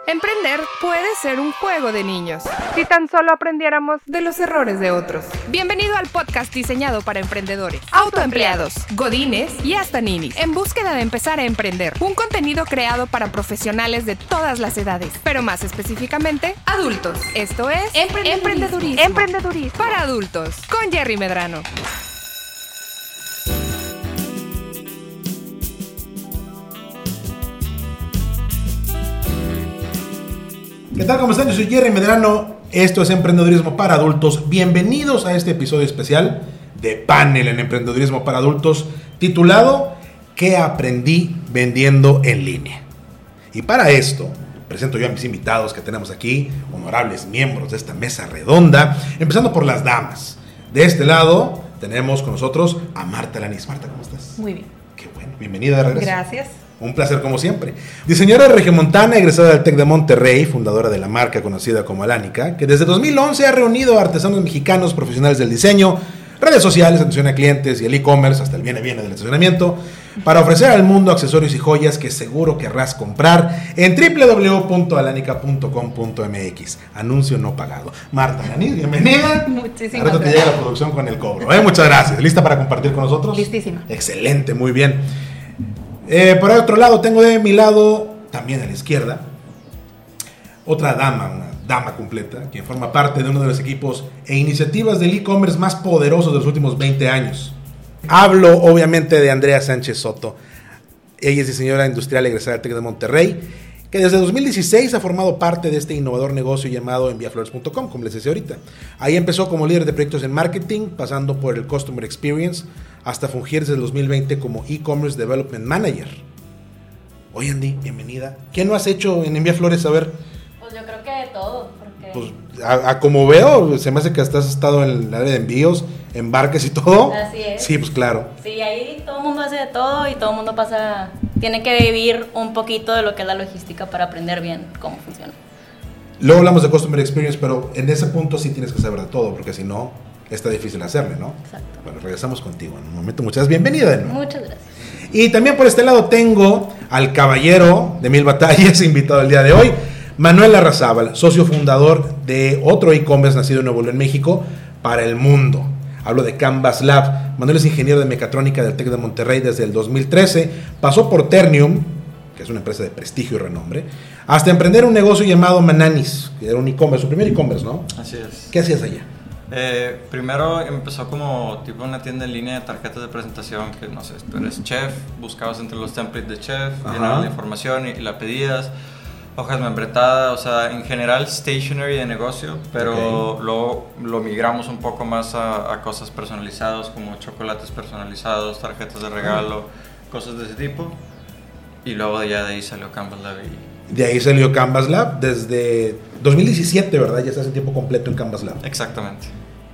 Emprender puede ser un juego de niños, si tan solo aprendiéramos de los errores de otros. Bienvenido al podcast diseñado para emprendedores, autoempleados, godines y hasta ninis, en búsqueda de empezar a emprender. Un contenido creado para profesionales de todas las edades, pero más específicamente, adultos. Esto es Emprendedurismo para adultos, con Jerry Medrano. ¿Qué tal? ¿Cómo están? Yo soy Jerry Medrano. Esto es Emprendedurismo para Adultos. Bienvenidos a este episodio especial de panel en Emprendedurismo para Adultos titulado ¿Qué aprendí vendiendo en línea? Y para esto presento yo a mis invitados que tenemos aquí, honorables miembros de esta mesa redonda, empezando por las damas. De este lado tenemos con nosotros a Marta Lanis. Marta, ¿cómo estás? Muy bien. Qué bueno, bienvenida de regreso. Gracias. Un placer como siempre. Diseñadora regiomontana, egresada del TEC de Monterrey, fundadora de la marca conocida como Alánica, que desde 2011 ha reunido a artesanos mexicanos profesionales del diseño, redes sociales, atención a clientes y el e-commerce, hasta el viene del estacionamiento, para ofrecer al mundo accesorios y joyas que seguro querrás comprar en www.alanica.com.mx. Anuncio no pagado. Marta Lanis, bienvenida. Muchísimas gracias. Ahora te llega la producción con el cobro. Muchas gracias. ¿Lista para compartir con nosotros? Listísima. Excelente, muy bien. Por otro lado, tengo de mi lado, también a la izquierda, otra dama, una dama completa, quien forma parte de uno de los equipos e iniciativas del e-commerce más poderosos de los últimos 20 años. Hablo, obviamente, de Andrea Sánchez Soto. Ella es diseñadora industrial egresada del TEC de Monterrey, que desde 2016 ha formado parte de este innovador negocio llamado enviaflores.com, como les decía ahorita. Ahí empezó como líder de proyectos en marketing, pasando por el Customer Experience, hasta fungir desde el 2020 como e-commerce development manager. Oye, Andy, bienvenida. ¿Qué no has hecho en Envía Flores? A ver. Pues yo creo que de todo, porque... Pues como veo, se me hace que hasta has estado en el área de envíos, embarques y todo. Así es. Sí, pues claro. Sí, ahí todo el mundo hace de todo y todo el mundo tiene que vivir un poquito de lo que es la logística para aprender bien cómo funciona. Luego hablamos de Customer Experience, pero en ese punto sí tienes que saber de todo, porque si no, está difícil hacerle, ¿no? Exacto. Bueno, regresamos contigo en un momento. Muchas bienvenida de nuevo. Muchas gracias. Y también por este lado tengo al caballero de mil batallas, invitado el día de hoy, Manuel Larrazábal, socio fundador de otro e-commerce nacido en Nuevo León, México, para el mundo. Hablo de Canvas Lab. Manuel es ingeniero de mecatrónica del TEC de Monterrey desde el 2013, pasó por Ternium, que es una empresa de prestigio y renombre, hasta emprender un negocio llamado Mananis, que era un e-commerce, su primer e-commerce, ¿no? Así es. ¿Qué hacías allá? Primero empezó como tipo una tienda en línea de tarjetas de presentación, que no sé, tú eres chef, buscabas entre los templates de chef, llenabas la información y la pedías, hojas membretadas, o sea, en general stationery de negocio, pero luego lo migramos un poco más a cosas personalizadas como chocolates personalizados, tarjetas de regalo, cosas de ese tipo, y luego ya de ahí salió Canvas Lab. De ahí salió Canvas Lab desde 2017, ¿verdad? Ya estás en tiempo completo en Canvas Lab. Exactamente.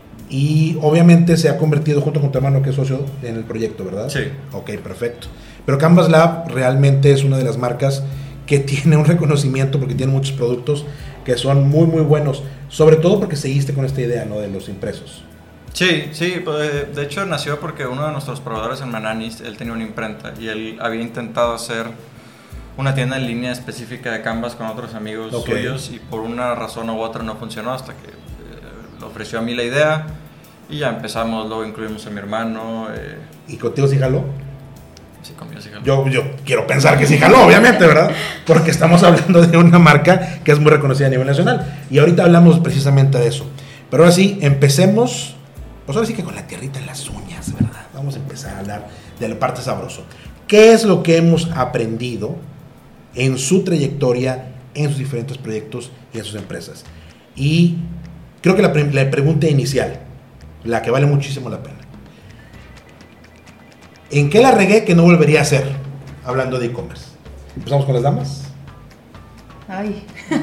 Y obviamente se ha convertido junto con tu hermano que es socio en el proyecto, ¿verdad? Sí. Ok, perfecto. Pero Canvas Lab realmente es una de las marcas que tiene un reconocimiento porque tiene muchos productos que son muy, muy buenos. Sobre todo porque seguiste con esta idea, ¿no? De los impresos. Sí, pues, de hecho nació porque uno de nuestros proveedores en Mananis, él tenía una imprenta y él había intentado hacer una tienda en línea específica de Canvas con otros amigos suyos y por una razón u otra no funcionó hasta que le ofreció a mí la idea y ya empezamos, luego incluimos a mi hermano. ¿Y contigo sí jaló? Sí, conmigo sí jaló. Yo quiero pensar que sí jaló, obviamente, ¿verdad? Porque estamos hablando de una marca que es muy reconocida a nivel nacional y ahorita hablamos precisamente de eso. Pero ahora sí, empecemos, pues ahora sí que con la tierrita en las uñas, ¿verdad? Vamos a empezar a hablar de la parte sabroso. ¿Qué es lo que hemos aprendido en su trayectoria, en sus diferentes proyectos y en sus empresas? Y creo que la pregunta inicial, la que vale muchísimo la pena, ¿en qué la regué que no volvería a hacer? Hablando de e-commerce. ¿Empezamos con las damas? Ay.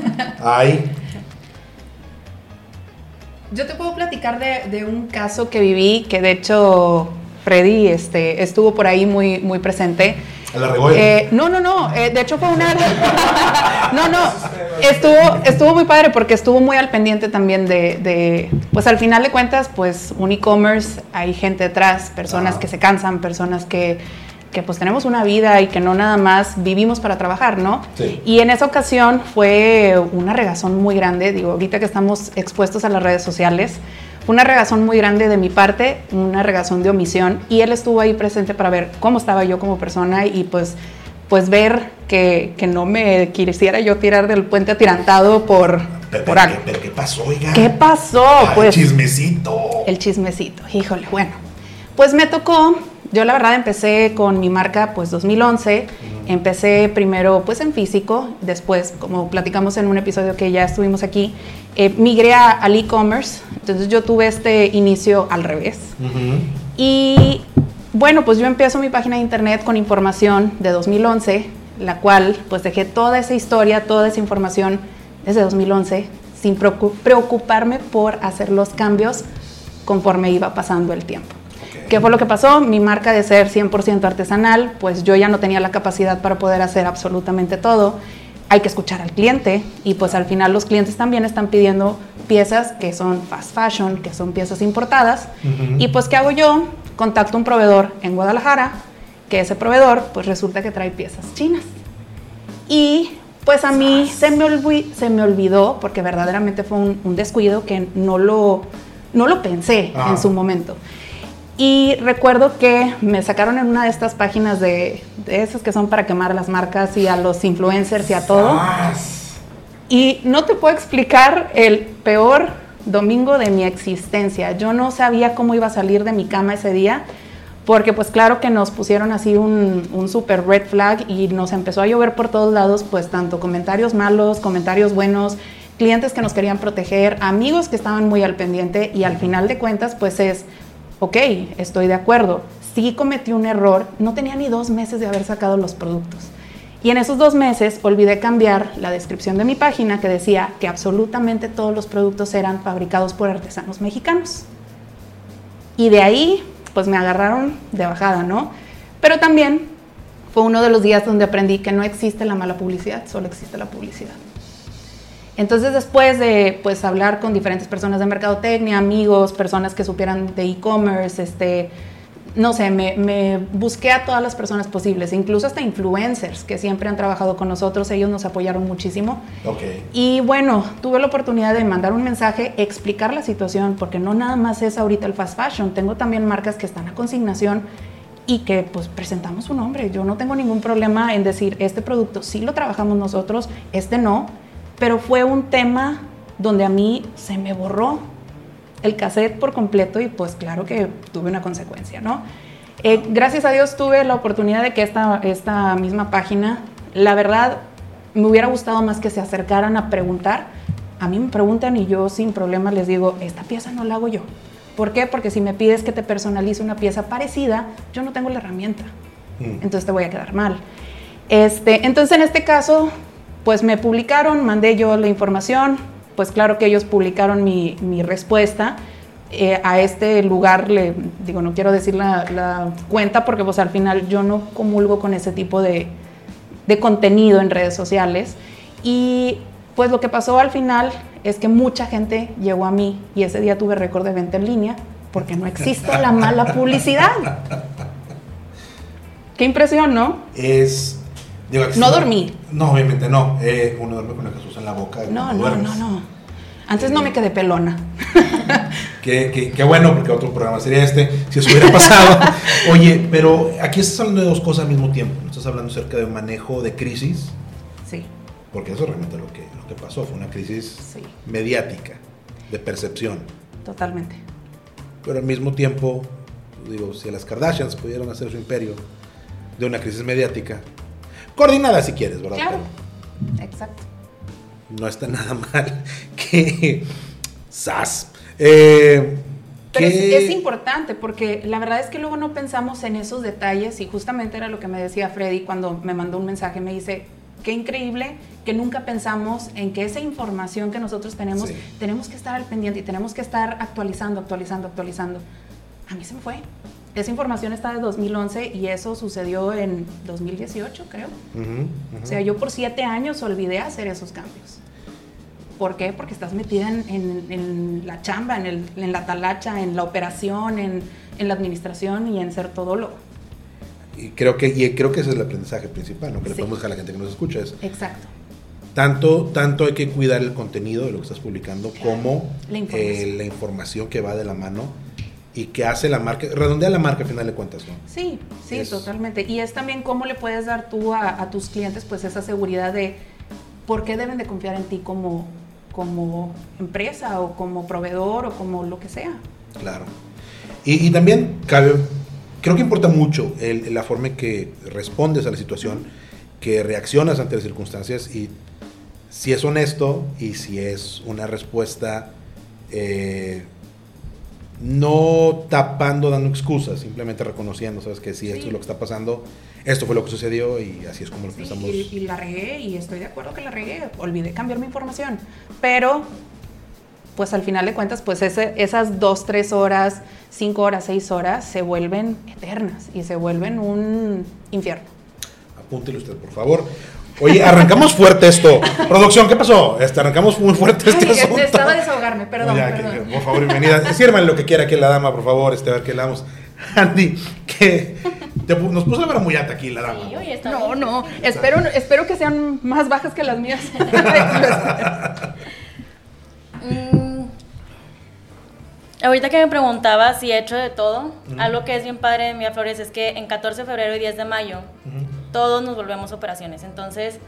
Yo te puedo platicar de un caso que viví, que de hecho Freddy estuvo por ahí muy, muy presente. ¿La regó? No. De hecho fue una... Estuvo muy padre porque estuvo muy al pendiente también de pues al final de cuentas, pues un e-commerce, hay gente detrás, personas que se cansan, personas que que pues tenemos una vida y que no nada más vivimos para trabajar, ¿no? Sí. Y en esa ocasión fue una regazón muy grande, digo, ahorita que estamos expuestos a las redes sociales, fue una regazón muy grande de mi parte, una regazón de omisión, y él estuvo ahí presente para ver cómo estaba yo como persona y pues ver que no me quisiera yo tirar del puente atirantado por algo. ¿Pero qué pasó, oiga? ¿Qué pasó? Ay, Pues chismecito. el chismecito, híjole, bueno, pues me tocó, yo la verdad empecé con mi marca pues 2011, empecé primero pues en físico, después como platicamos en un episodio que ya estuvimos aquí, migré al e-commerce, entonces yo tuve este inicio al revés. Y bueno, pues yo empiezo mi página de internet con información de 2011, la cual pues dejé toda esa historia, toda esa información desde 2011, sin preocuparme por hacer los cambios conforme iba pasando el tiempo. Okay. ¿Qué fue lo que pasó? Mi marca de ser 100% artesanal, pues yo ya no tenía la capacidad para poder hacer absolutamente todo. Hay que escuchar al cliente y pues al final los clientes también están pidiendo piezas que son fast fashion, que son piezas importadas. Y pues ¿qué hago yo? Contacto a un proveedor en Guadalajara, que ese proveedor pues resulta que trae piezas chinas. Y pues a mí se me olvidó, porque verdaderamente fue un descuido que no lo pensé en su momento. Y recuerdo que me sacaron en una de estas páginas de esas que son para quemar las marcas y a los influencers y a todo. Y no te puedo explicar el peor domingo de mi existencia. Yo no sabía cómo iba a salir de mi cama ese día, porque pues claro que nos pusieron así un super red flag y nos empezó a llover por todos lados, pues tanto comentarios malos, comentarios buenos, clientes que nos querían proteger, amigos que estaban muy al pendiente, y al final de cuentas pues es, ok, estoy de acuerdo, sí cometí un error, no tenía ni 2 meses de haber sacado los productos. Y en esos 2 meses olvidé cambiar la descripción de mi página, que decía que absolutamente todos los productos eran fabricados por artesanos mexicanos. Y de ahí pues me agarraron de bajada, ¿no? Pero también fue uno de los días donde aprendí que no existe la mala publicidad, solo existe la publicidad. Entonces después de pues hablar con diferentes personas de mercadotecnia, amigos, personas que supieran de e-commerce, no sé, me busqué a todas las personas posibles, incluso hasta influencers que siempre han trabajado con nosotros, ellos nos apoyaron muchísimo. Okay. Y bueno, tuve la oportunidad de mandar un mensaje, explicar la situación, porque no nada más es ahorita el fast fashion, tengo también marcas que están a consignación y que pues presentamos su nombre. Yo no tengo ningún problema en decir, este producto sí lo trabajamos nosotros, este no, pero fue un tema donde a mí se me borró el cassette por completo y pues claro que tuve una consecuencia, ¿no? Gracias a Dios tuve la oportunidad de que esta misma página, la verdad, me hubiera gustado más que se acercaran a preguntar. A mí me preguntan y yo sin problema les digo, esta pieza no la hago yo. ¿Por qué? Porque si me pides que te personalice una pieza parecida, yo no tengo la herramienta. Entonces te voy a quedar mal. Entonces en este caso, pues me publicaron, mandé yo la información, pues claro que ellos publicaron mi respuesta. A este lugar, digo, no quiero decir la cuenta porque pues al final yo no comulgo con ese tipo de contenido en redes sociales. Y pues lo que pasó al final es que mucha gente llegó a mí y ese día tuve récord de venta en línea porque no existe la mala publicidad. Qué impresión, ¿no? No dormí. No, obviamente no. Uno duerme con el Jesús en la boca. No. Antes no me quedé pelona. Qué bueno, porque otro programa sería si eso hubiera pasado. Oye, pero aquí estás hablando de 2 cosas al mismo tiempo. Estás hablando acerca de manejo de crisis. Sí. Porque eso es realmente lo que pasó. Fue una crisis mediática, de percepción. Totalmente. Pero al mismo tiempo, digo, si las Kardashians pudieron hacer su imperio de una crisis mediática, coordinada si quieres, ¿verdad? Claro, exacto. No está nada mal que ¡zas! Pero es importante porque la verdad es que luego no pensamos en esos detalles y justamente era lo que me decía Freddy cuando me mandó un mensaje, me dice, qué increíble que nunca pensamos en que esa información que nosotros tenemos, tenemos que estar al pendiente y tenemos que estar actualizando. A mí se me fue. Esa información está de 2011 y eso sucedió en 2018, creo. O sea, yo por 7 años olvidé hacer esos cambios. ¿Por qué? Porque estás metida en la chamba, en la talacha, en la operación, en la administración y en ser todólogo. Y creo que ese es el aprendizaje principal, ¿no? Que le Sí. podemos dejar a la gente que nos escucha. Es Exacto. tanto hay que cuidar el contenido de lo que estás publicando como La información que va de la mano y que hace la marca, redondea la marca al final de cuentas, ¿no? Sí, sí, Es- totalmente. Y es también cómo le puedes dar tú a tus clientes pues esa seguridad de por qué deben de confiar en ti como empresa o como proveedor o como lo que sea. Claro. Y también creo que importa mucho la forma en que respondes a la situación, que reaccionas ante las circunstancias y si es honesto y si es una respuesta no tapando, dando excusas, simplemente reconociendo, sabes que sí, esto Sí. es lo que está pasando, esto fue lo que sucedió y así es como lo Sí, pensamos. y la regué y estoy de acuerdo que la regué. Olvidé cambiar mi información. Pero pues al final de cuentas pues esas 2, 3 horas, 5 horas, 6 horas se vuelven eternas y se vuelven un infierno. Apúntele usted, por favor. Oye, arrancamos fuerte esto. Producción, ¿qué pasó? Arrancamos muy fuerte este Ay, asunto. necesitaba desahogarme, perdón, Ya, perdón. por favor, bienvenida. Sírvanle lo que quiera aquí la dama, por favor, a ver qué le damos. Andy, que nos puso la vara muy alta aquí la dama. Sí, oye, está No, bien. no, espero que sean más bajas que las mías. Ahorita que me preguntaba si he hecho de todo, algo que es bien padre de Miraflores es que en 14 de febrero y 10 de mayo todos nos volvemos operaciones. Entonces,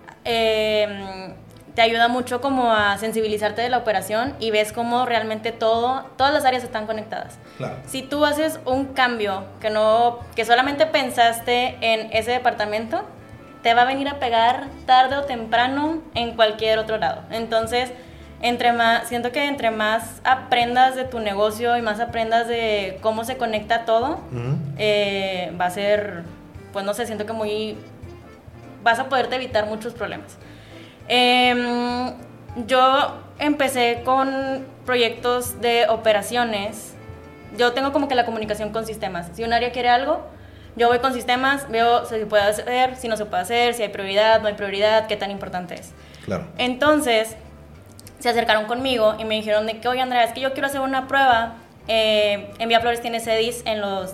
te ayuda mucho como a sensibilizarte de la operación y ves cómo realmente todas las áreas están conectadas. Claro. Si tú haces un cambio que solamente pensaste en ese departamento, te va a venir a pegar tarde o temprano en cualquier otro lado. Entonces, siento que entre más aprendas de tu negocio y más aprendas de cómo se conecta todo, va a ser, pues no sé, siento que vas a poderte evitar muchos problemas. Yo empecé con proyectos de operaciones. Yo tengo como que la comunicación con sistemas. Si un área quiere algo, yo voy con sistemas, veo si se puede hacer, si no se puede hacer, si hay prioridad, no hay prioridad, qué tan importante es. Claro. Entonces, se acercaron conmigo y me dijeron de que, oye, Andrea, es que yo quiero hacer una prueba. En Miraflores tiene sedis en las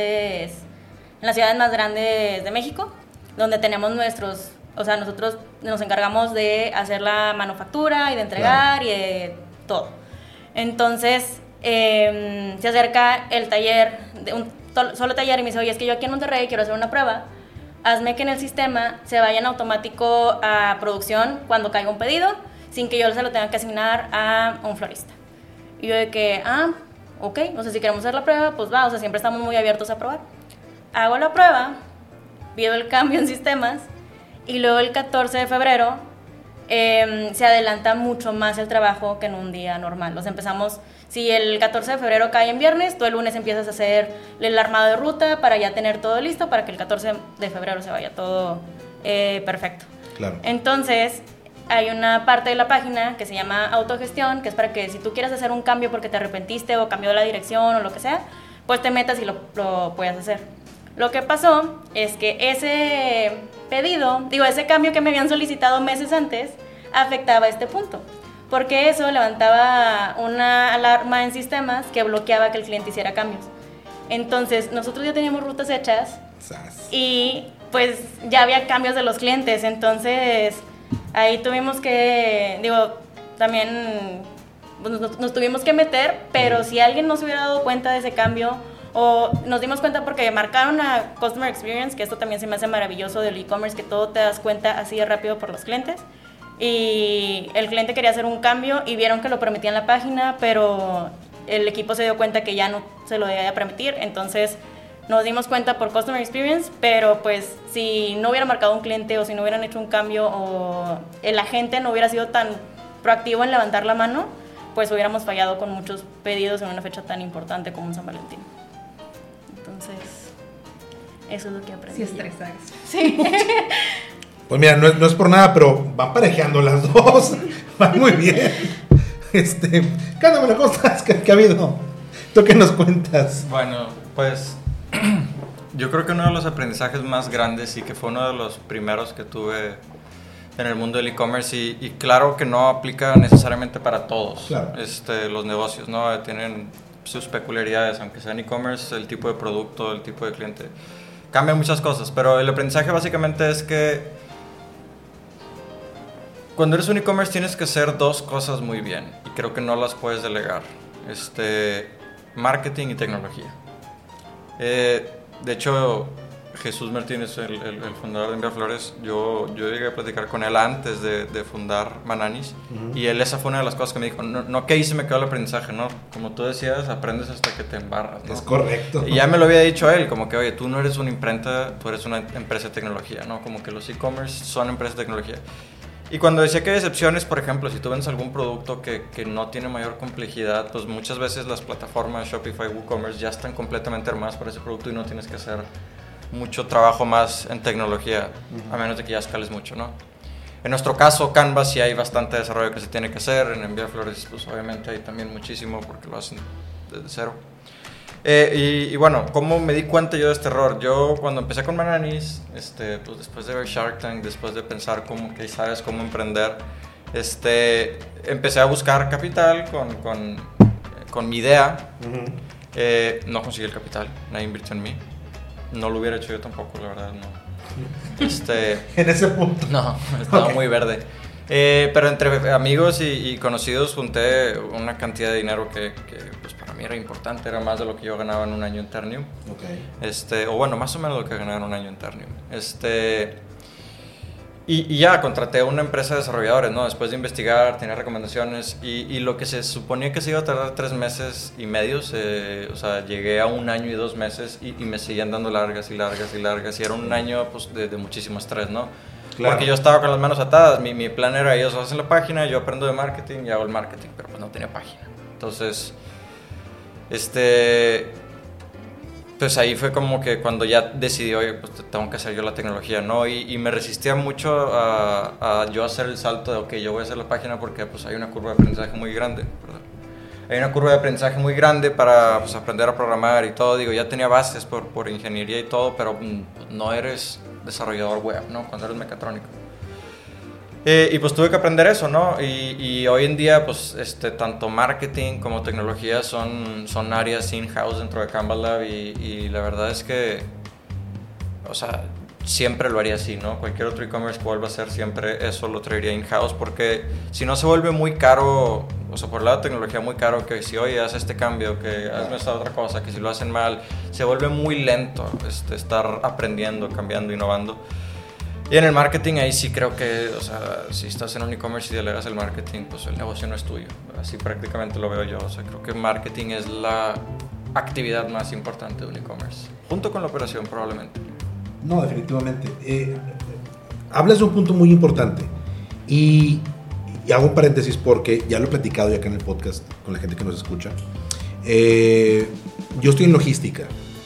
ciudades más grandes de México, donde tenemos nosotros nos encargamos de hacer la manufactura y de entregar, claro, y de todo. Entonces, se acerca el taller, solo taller, y me dice, oye, es que yo aquí en Monterrey quiero hacer una prueba. Hazme que en el sistema se vaya en automático a producción cuando caiga un pedido, sin que yo se lo tenga que asignar a un florista. Y yo de que, ok, no sé si queremos hacer la prueba, pues va, siempre estamos muy abiertos a probar. Hago la prueba, veo el cambio en sistemas, y luego el 14 de febrero se adelanta mucho más el trabajo que en un día normal. Si el 14 de febrero cae en viernes, tú el lunes empiezas a hacer el armado de ruta para ya tener todo listo, para que el 14 de febrero se vaya todo perfecto. Claro. Entonces, hay una parte de la página que se llama autogestión, que es para que si tú quieres hacer un cambio porque te arrepentiste o cambió la dirección o lo que sea, pues te metas y lo puedas hacer. Lo que pasó es que ese cambio que me habían solicitado meses antes, afectaba este punto, porque eso levantaba una alarma en sistemas que bloqueaba que el cliente hiciera cambios. Entonces, nosotros ya teníamos rutas hechas y pues ya había cambios de los clientes, entonces ahí tuvimos que, también nos tuvimos que meter, pero si alguien no se hubiera dado cuenta de ese cambio, o nos dimos cuenta porque marcaron a Customer Experience, que esto también se me hace maravilloso del e-commerce, que todo te das cuenta así de rápido por los clientes, y el cliente quería hacer un cambio y vieron que lo permitía en la página, pero el equipo se dio cuenta que ya no se lo debía permitir, entonces nos dimos cuenta por Customer Experience, pero pues si no hubiera marcado un cliente o si no hubieran hecho un cambio o el agente no hubiera sido tan proactivo en levantar la mano, pues hubiéramos fallado con muchos pedidos en una fecha tan importante como un San Valentín. Entonces, eso es lo que aprendí. Sí, estresa eso. Sí. Pues mira, no es por nada, pero van parejeando las dos. Van muy bien. Cántame, ¿cómo estás? ¿Qué ha habido? ¿Tú qué nos cuentas? Bueno, pues yo creo que uno de los aprendizajes más grandes y que fue uno de los primeros que tuve en el mundo del e-commerce y claro que no aplica necesariamente para todos, claro, los negocios, ¿no? Tienen sus peculiaridades, aunque sea en e-commerce, el tipo de producto, el tipo de cliente. cambian muchas cosas, pero el aprendizaje básicamente es que cuando eres un e-commerce tienes que hacer dos cosas muy bien y creo que no las puedes delegar. Marketing y tecnología. De hecho, Jesús Martínez, el fundador de Enviar Flores, yo llegué a platicar con él antes de fundar Mananis, y él, esa fue una de las cosas que me dijo, no que ahí se me quedó el aprendizaje, ¿no? Como tú decías, aprendes hasta que te embarras, ¿no? Es correcto. Y ya me lo había dicho él, como que, oye, tú no eres una imprenta, tú eres una empresa de tecnología, ¿no? Como que los e-commerce son empresas de tecnología. Y cuando decía que hay excepciones, por ejemplo, si tú vendes algún producto que no tiene mayor complejidad, pues muchas veces las plataformas Shopify, WooCommerce ya están completamente armadas para ese producto y no tienes que hacer mucho trabajo más en tecnología, a menos de que ya escales mucho, ¿no? En nuestro caso, Canvas sí hay bastante desarrollo que se tiene que hacer. En Enviar Flores, pues obviamente hay también muchísimo porque lo hacen desde cero. Y bueno, ¿cómo me di cuenta yo de este error? Yo cuando empecé con Mananis, pues después de ver Shark Tank, después de pensar cómo emprender, empecé a buscar capital con mi idea. No conseguí el capital, nadie invirtió en mí. No lo hubiera hecho yo tampoco, la verdad, no. En ese punto. No, estaba muy verde. Pero entre amigos y conocidos junté una cantidad de dinero que pues para mí era importante, era más de lo que yo ganaba en un año en Ternium. Okay. O bueno, más o menos lo que ganaba en un año en Ternium. Y ya contraté a una empresa de desarrolladores, ¿no? Después de investigar, tenía recomendaciones y lo que se suponía que se iba a tardar 3 meses y medio, o sea, llegué a 1 año y 2 meses y me seguían dando largas y era un año pues, de muchísimo estrés, ¿no? Claro. Porque yo estaba con las manos atadas, mi plan era ellos hacen la página, yo aprendo de marketing y hago el marketing, pero pues no tenía página. Entonces, pues ahí fue como que cuando ya decidí, oye, pues tengo que hacer yo la tecnología, ¿no? Y me resistía mucho a yo hacer el salto de, ok, yo voy a hacer la página porque pues hay una curva de aprendizaje muy grande, ¿verdad? Hay una curva de aprendizaje muy grande para pues, aprender a programar y todo. Digo, ya tenía bases por ingeniería y todo, pero no eres desarrollador web, ¿no? Cuando eres mecatrónico. Y pues tuve que aprender eso, ¿no? Y hoy en día, pues, tanto marketing como tecnología son áreas in-house dentro de Canvas Lab y la verdad es que, o sea, siempre lo haría así, ¿no? Cualquier otro e-commerce que vuelva a hacer siempre eso lo traería in-house porque si no se vuelve muy caro, o sea, por el lado de tecnología muy caro, que si, oye, haz este cambio, que hazme esta otra cosa, que si lo hacen mal, se vuelve muy lento estar aprendiendo, cambiando, innovando. Y en el marketing ahí sí creo que, o sea, si estás en un e-commerce y delegas el marketing, pues el negocio no es tuyo. Así prácticamente lo veo yo. O sea, creo que marketing es la actividad más importante de un e-commerce, junto con la operación probablemente. No, definitivamente. Hablas de un punto muy importante y hago un paréntesis porque ya lo he platicado ya acá en el podcast con la gente que nos escucha. Yo estoy en logística.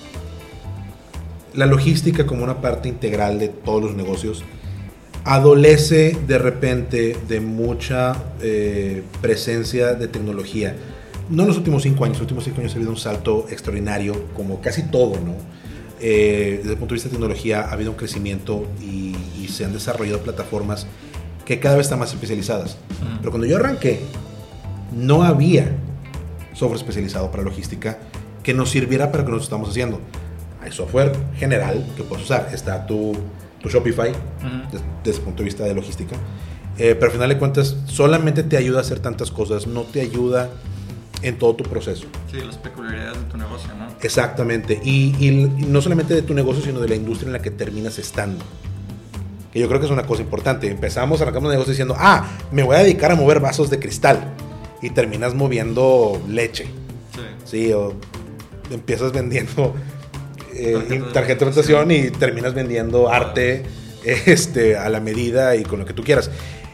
La logística como una parte integral de todos los negocios adolece de repente de mucha presencia de tecnología. No en los últimos 5 años, los últimos 5 años ha habido un salto extraordinario, como casi todo, ¿no? Desde el punto de vista de tecnología ha habido un crecimiento y se han desarrollado plataformas que cada vez están más especializadas. Pero cuando yo arranqué, no había software especializado para logística que nos sirviera para lo que nosotros estamos haciendo. Hay software general que puedes usar. Está tu Shopify, desde el punto de vista de logística. Pero al final de cuentas, solamente te ayuda a hacer tantas cosas, no te ayuda en todo tu proceso. Sí, las peculiaridades de tu negocio, ¿no? Exactamente. Y no solamente de tu negocio, sino de la industria en la que terminas estando. Que yo creo que es una cosa importante. Arrancamos un negocio diciendo, me voy a dedicar a mover vasos de cristal. Y terminas moviendo leche. Sí, o empiezas vendiendo tarjeta de presentación y terminas vendiendo arte a la medida y con lo que tú quieras.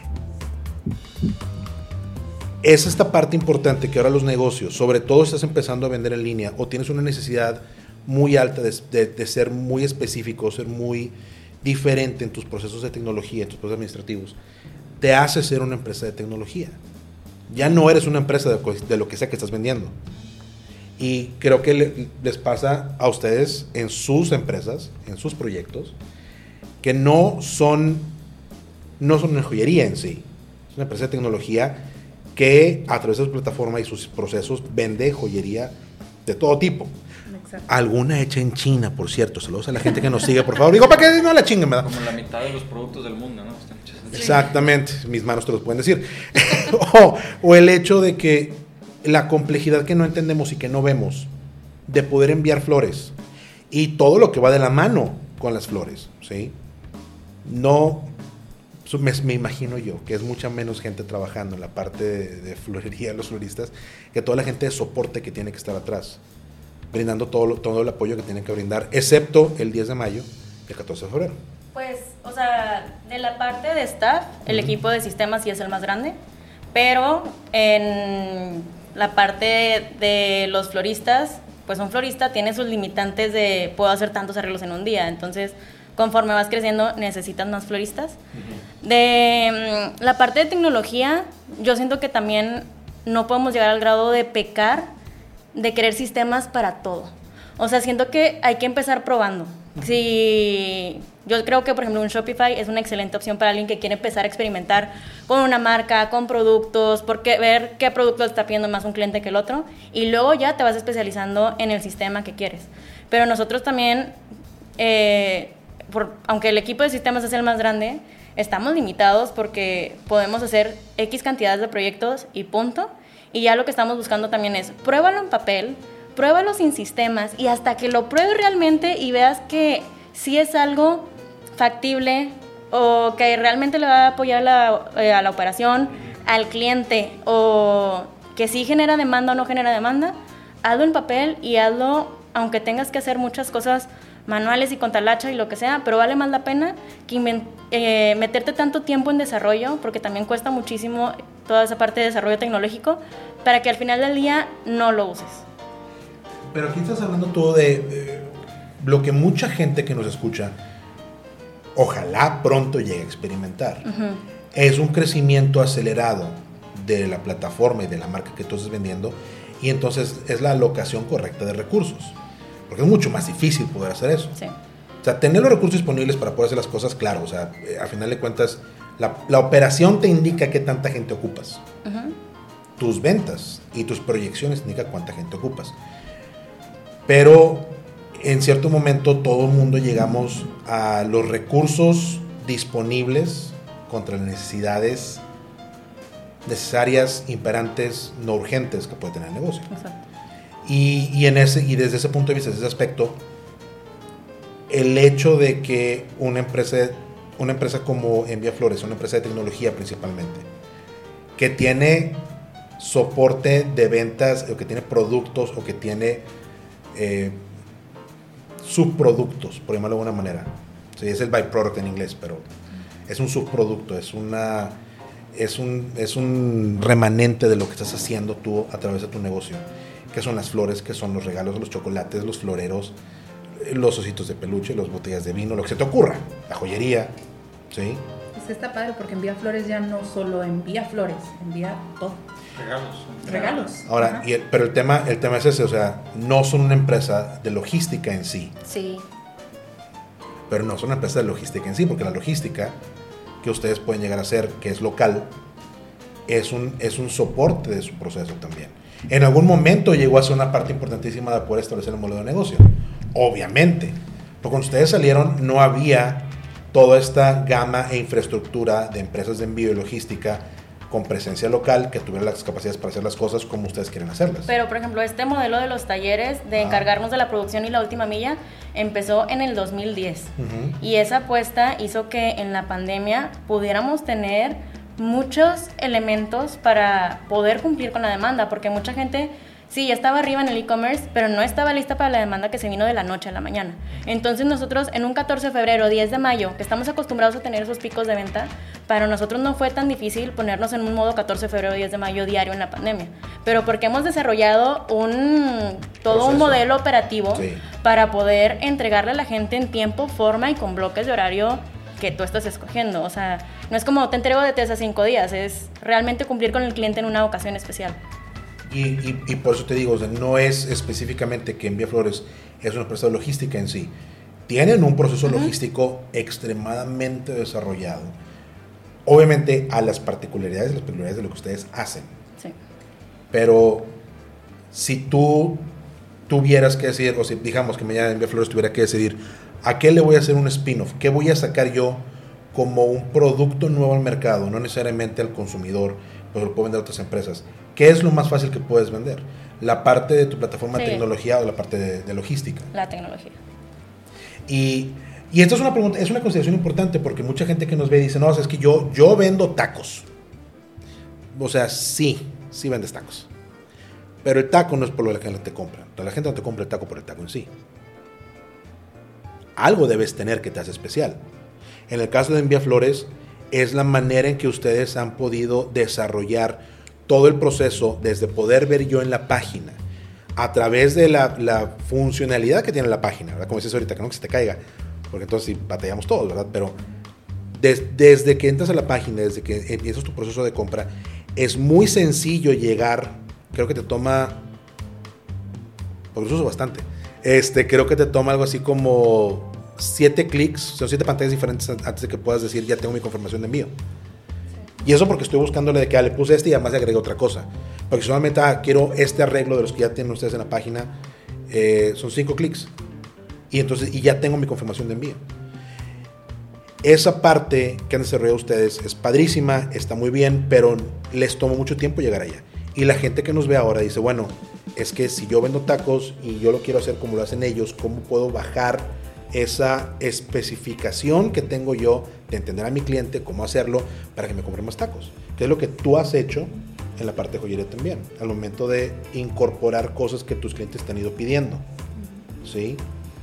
Es esta parte importante que ahora los negocios, sobre todo si estás empezando a vender en línea o tienes una necesidad muy alta de ser muy específico, ser muy diferente en tus procesos de tecnología, en tus procesos administrativos, te hace ser una empresa de tecnología. Ya no eres una empresa de lo que sea que estás vendiendo. Y creo que les pasa a ustedes en sus empresas, en sus proyectos, que no son una joyería en sí. Es una empresa de tecnología que a través de su plataforma y sus procesos vende joyería de todo tipo. Exacto. Alguna hecha en China, por cierto. Saludos a la gente que nos sigue, por favor. Digo, ¿para qué no la chinguen, verdad? Como la mitad de los productos del mundo, ¿no? Están hechos en China. Exactamente, mis manos te los pueden decir. o el hecho de que la complejidad que no entendemos y que no vemos de poder enviar flores y todo lo que va de la mano con las flores, ¿sí? No, me imagino yo que es mucha menos gente trabajando en la parte de florería, los floristas, que toda la gente de soporte que tiene que estar atrás, brindando todo el apoyo que tienen que brindar, excepto el 10 de mayo y el 14 de febrero. Pues, o sea, de la parte de staff, el equipo de sistemas sí es el más grande, pero en la parte de los floristas, pues un florista tiene sus limitantes de puedo hacer tantos arreglos en un día, entonces conforme vas creciendo necesitas más floristas. De la parte de tecnología, yo siento que también no podemos llegar al grado de pecar de querer sistemas para todo. O sea, siento que hay que empezar probando. Si yo creo que, por ejemplo, un Shopify es una excelente opción para alguien que quiere empezar a experimentar con una marca, con productos, porque ver qué producto está pidiendo más un cliente que el otro, y luego ya te vas especializando en el sistema que quieres. Pero nosotros también, aunque el equipo de sistemas es el más grande, estamos limitados porque podemos hacer X cantidades de proyectos y punto. Y ya lo que estamos buscando también es pruébalo en papel, pruébalo sin sistemas, y hasta que lo pruebes realmente y veas que sí es algo factible o que realmente le va a apoyar a la operación, al cliente, o que sí genera demanda o no genera demanda, hazlo en papel y hazlo aunque tengas que hacer muchas cosas manuales y con talacha y lo que sea, pero vale más la pena que meterte tanto tiempo en desarrollo, porque también cuesta muchísimo toda esa parte de desarrollo tecnológico, para que al final del día no lo uses. Pero aquí estás hablando tú de lo que mucha gente que nos escucha ojalá pronto llegue a experimentar. Uh-huh. Es un crecimiento acelerado de la plataforma y de la marca que tú estás vendiendo, y entonces es la alocación correcta de recursos. Porque es mucho más difícil poder hacer eso. Sí. O sea, tener los recursos disponibles para poder hacer las cosas, claro. O sea, al final de cuentas, la operación te indica qué tanta gente ocupas. Uh-huh. Tus ventas y tus proyecciones indican cuánta gente ocupas. Pero en cierto momento todo el mundo llegamos a los recursos disponibles contra las necesidades necesarias, imperantes, no urgentes que puede tener el negocio. Exacto. Y desde ese punto de vista, desde ese aspecto, el hecho de que una empresa como Envía Flores, una empresa de tecnología principalmente, que tiene soporte de ventas, o que tiene productos, o que tiene subproductos, por llamarlo de alguna manera. Sí, es el byproduct en inglés, pero es un subproducto, es un remanente de lo que estás haciendo tú a través de tu negocio. Que son las flores, que son los regalos, los chocolates, los floreros, los ositos de peluche, las botellas de vino, lo que se te ocurra, la joyería, ¿sí? Es que está padre porque Envía Flores ya no solo envía flores, envía todo. Regalos. Ahora, pero el tema es ese, o sea, no son una empresa de logística en sí. Sí. Pero no son una empresa de logística en sí, porque la logística que ustedes pueden llegar a hacer, que es local, es un soporte de su proceso también. En algún momento llegó a ser una parte importantísima de poder establecer el modelo de negocio. Obviamente. Porque cuando ustedes salieron no había toda esta gama e infraestructura de empresas de envío y logística con presencia local que tuvieran las capacidades para hacer las cosas como ustedes quieren hacerlas. Pero, por ejemplo, este modelo de los talleres de encargarnos de la producción y la última milla empezó en el 2010. Uh-huh. Y esa apuesta hizo que en la pandemia pudiéramos tener muchos elementos para poder cumplir con la demanda, porque mucha gente sí ya estaba arriba en el e-commerce, pero no estaba lista para la demanda que se vino de la noche a la mañana. Entonces nosotros en un 14 de febrero, 10 de mayo, que estamos acostumbrados a tener esos picos de venta, para nosotros no fue tan difícil ponernos en un modo 14 de febrero, 10 de mayo diario en la pandemia, pero porque hemos desarrollado todo un modelo operativo, sí, para poder entregarle a la gente en tiempo, forma y con bloques de horario que tú estás escogiendo. O sea, no es como te entrego de 3 a 5 días, es realmente cumplir con el cliente en una ocasión especial. Y por eso te digo, o sea, no es específicamente que Envía Flores es una empresa de logística en sí. Tienen un proceso logístico extremadamente desarrollado. Obviamente a las particularidades de lo que ustedes hacen. Sí. Pero si tu tuvieras que decidir, o si digamos que mañana Envía Flores tuviera que decidir, ¿a qué le voy a hacer un spin-off? ¿Qué voy a sacar yo como un producto nuevo al mercado? No necesariamente al consumidor, pero lo puedo vender a otras empresas. ¿Qué es lo más fácil que puedes vender? ¿La parte de tu plataforma de tecnología o la parte de logística? La tecnología. Y esto es una pregunta, es una consideración importante, porque mucha gente que nos ve dice, no, es que yo vendo tacos. O sea, sí vendes tacos. Pero el taco no es por lo que la gente te compra. La gente no te compra el taco por el taco en sí. Algo debes tener que te hace especial. En el caso de Envía Flores, es la manera en que ustedes han podido desarrollar todo el proceso, desde poder ver yo en la página, a través de la funcionalidad que tiene la página, ¿verdad? Como dices ahorita, que no que se te caiga, porque entonces sí batallamos todos, ¿verdad? Pero desde que entras a la página, desde que empiezas tu proceso de compra, es muy sencillo llegar. Creo que te toma, porque lo uso bastante, creo que te toma algo así como 7 clics, son 7 pantallas diferentes antes de que puedas decir, ya tengo mi confirmación de envío. Y eso porque estoy buscándole de que le puse y además le agregué otra cosa. Porque solamente quiero este arreglo de los que ya tienen ustedes en la página, son 5 clics. Y ya tengo mi confirmación de envío. Esa parte que han desarrollado ustedes es padrísima, está muy bien, pero les tomó mucho tiempo llegar allá. Y la gente que nos ve ahora dice, bueno, es que si yo vendo tacos y yo lo quiero hacer como lo hacen ellos, ¿cómo puedo bajar esa especificación que tengo yo de entender a mi cliente cómo hacerlo para que me compre más tacos? Que es lo que tú has hecho en la parte de joyería también, al momento de incorporar cosas que tus clientes te han ido pidiendo. ¿Sí?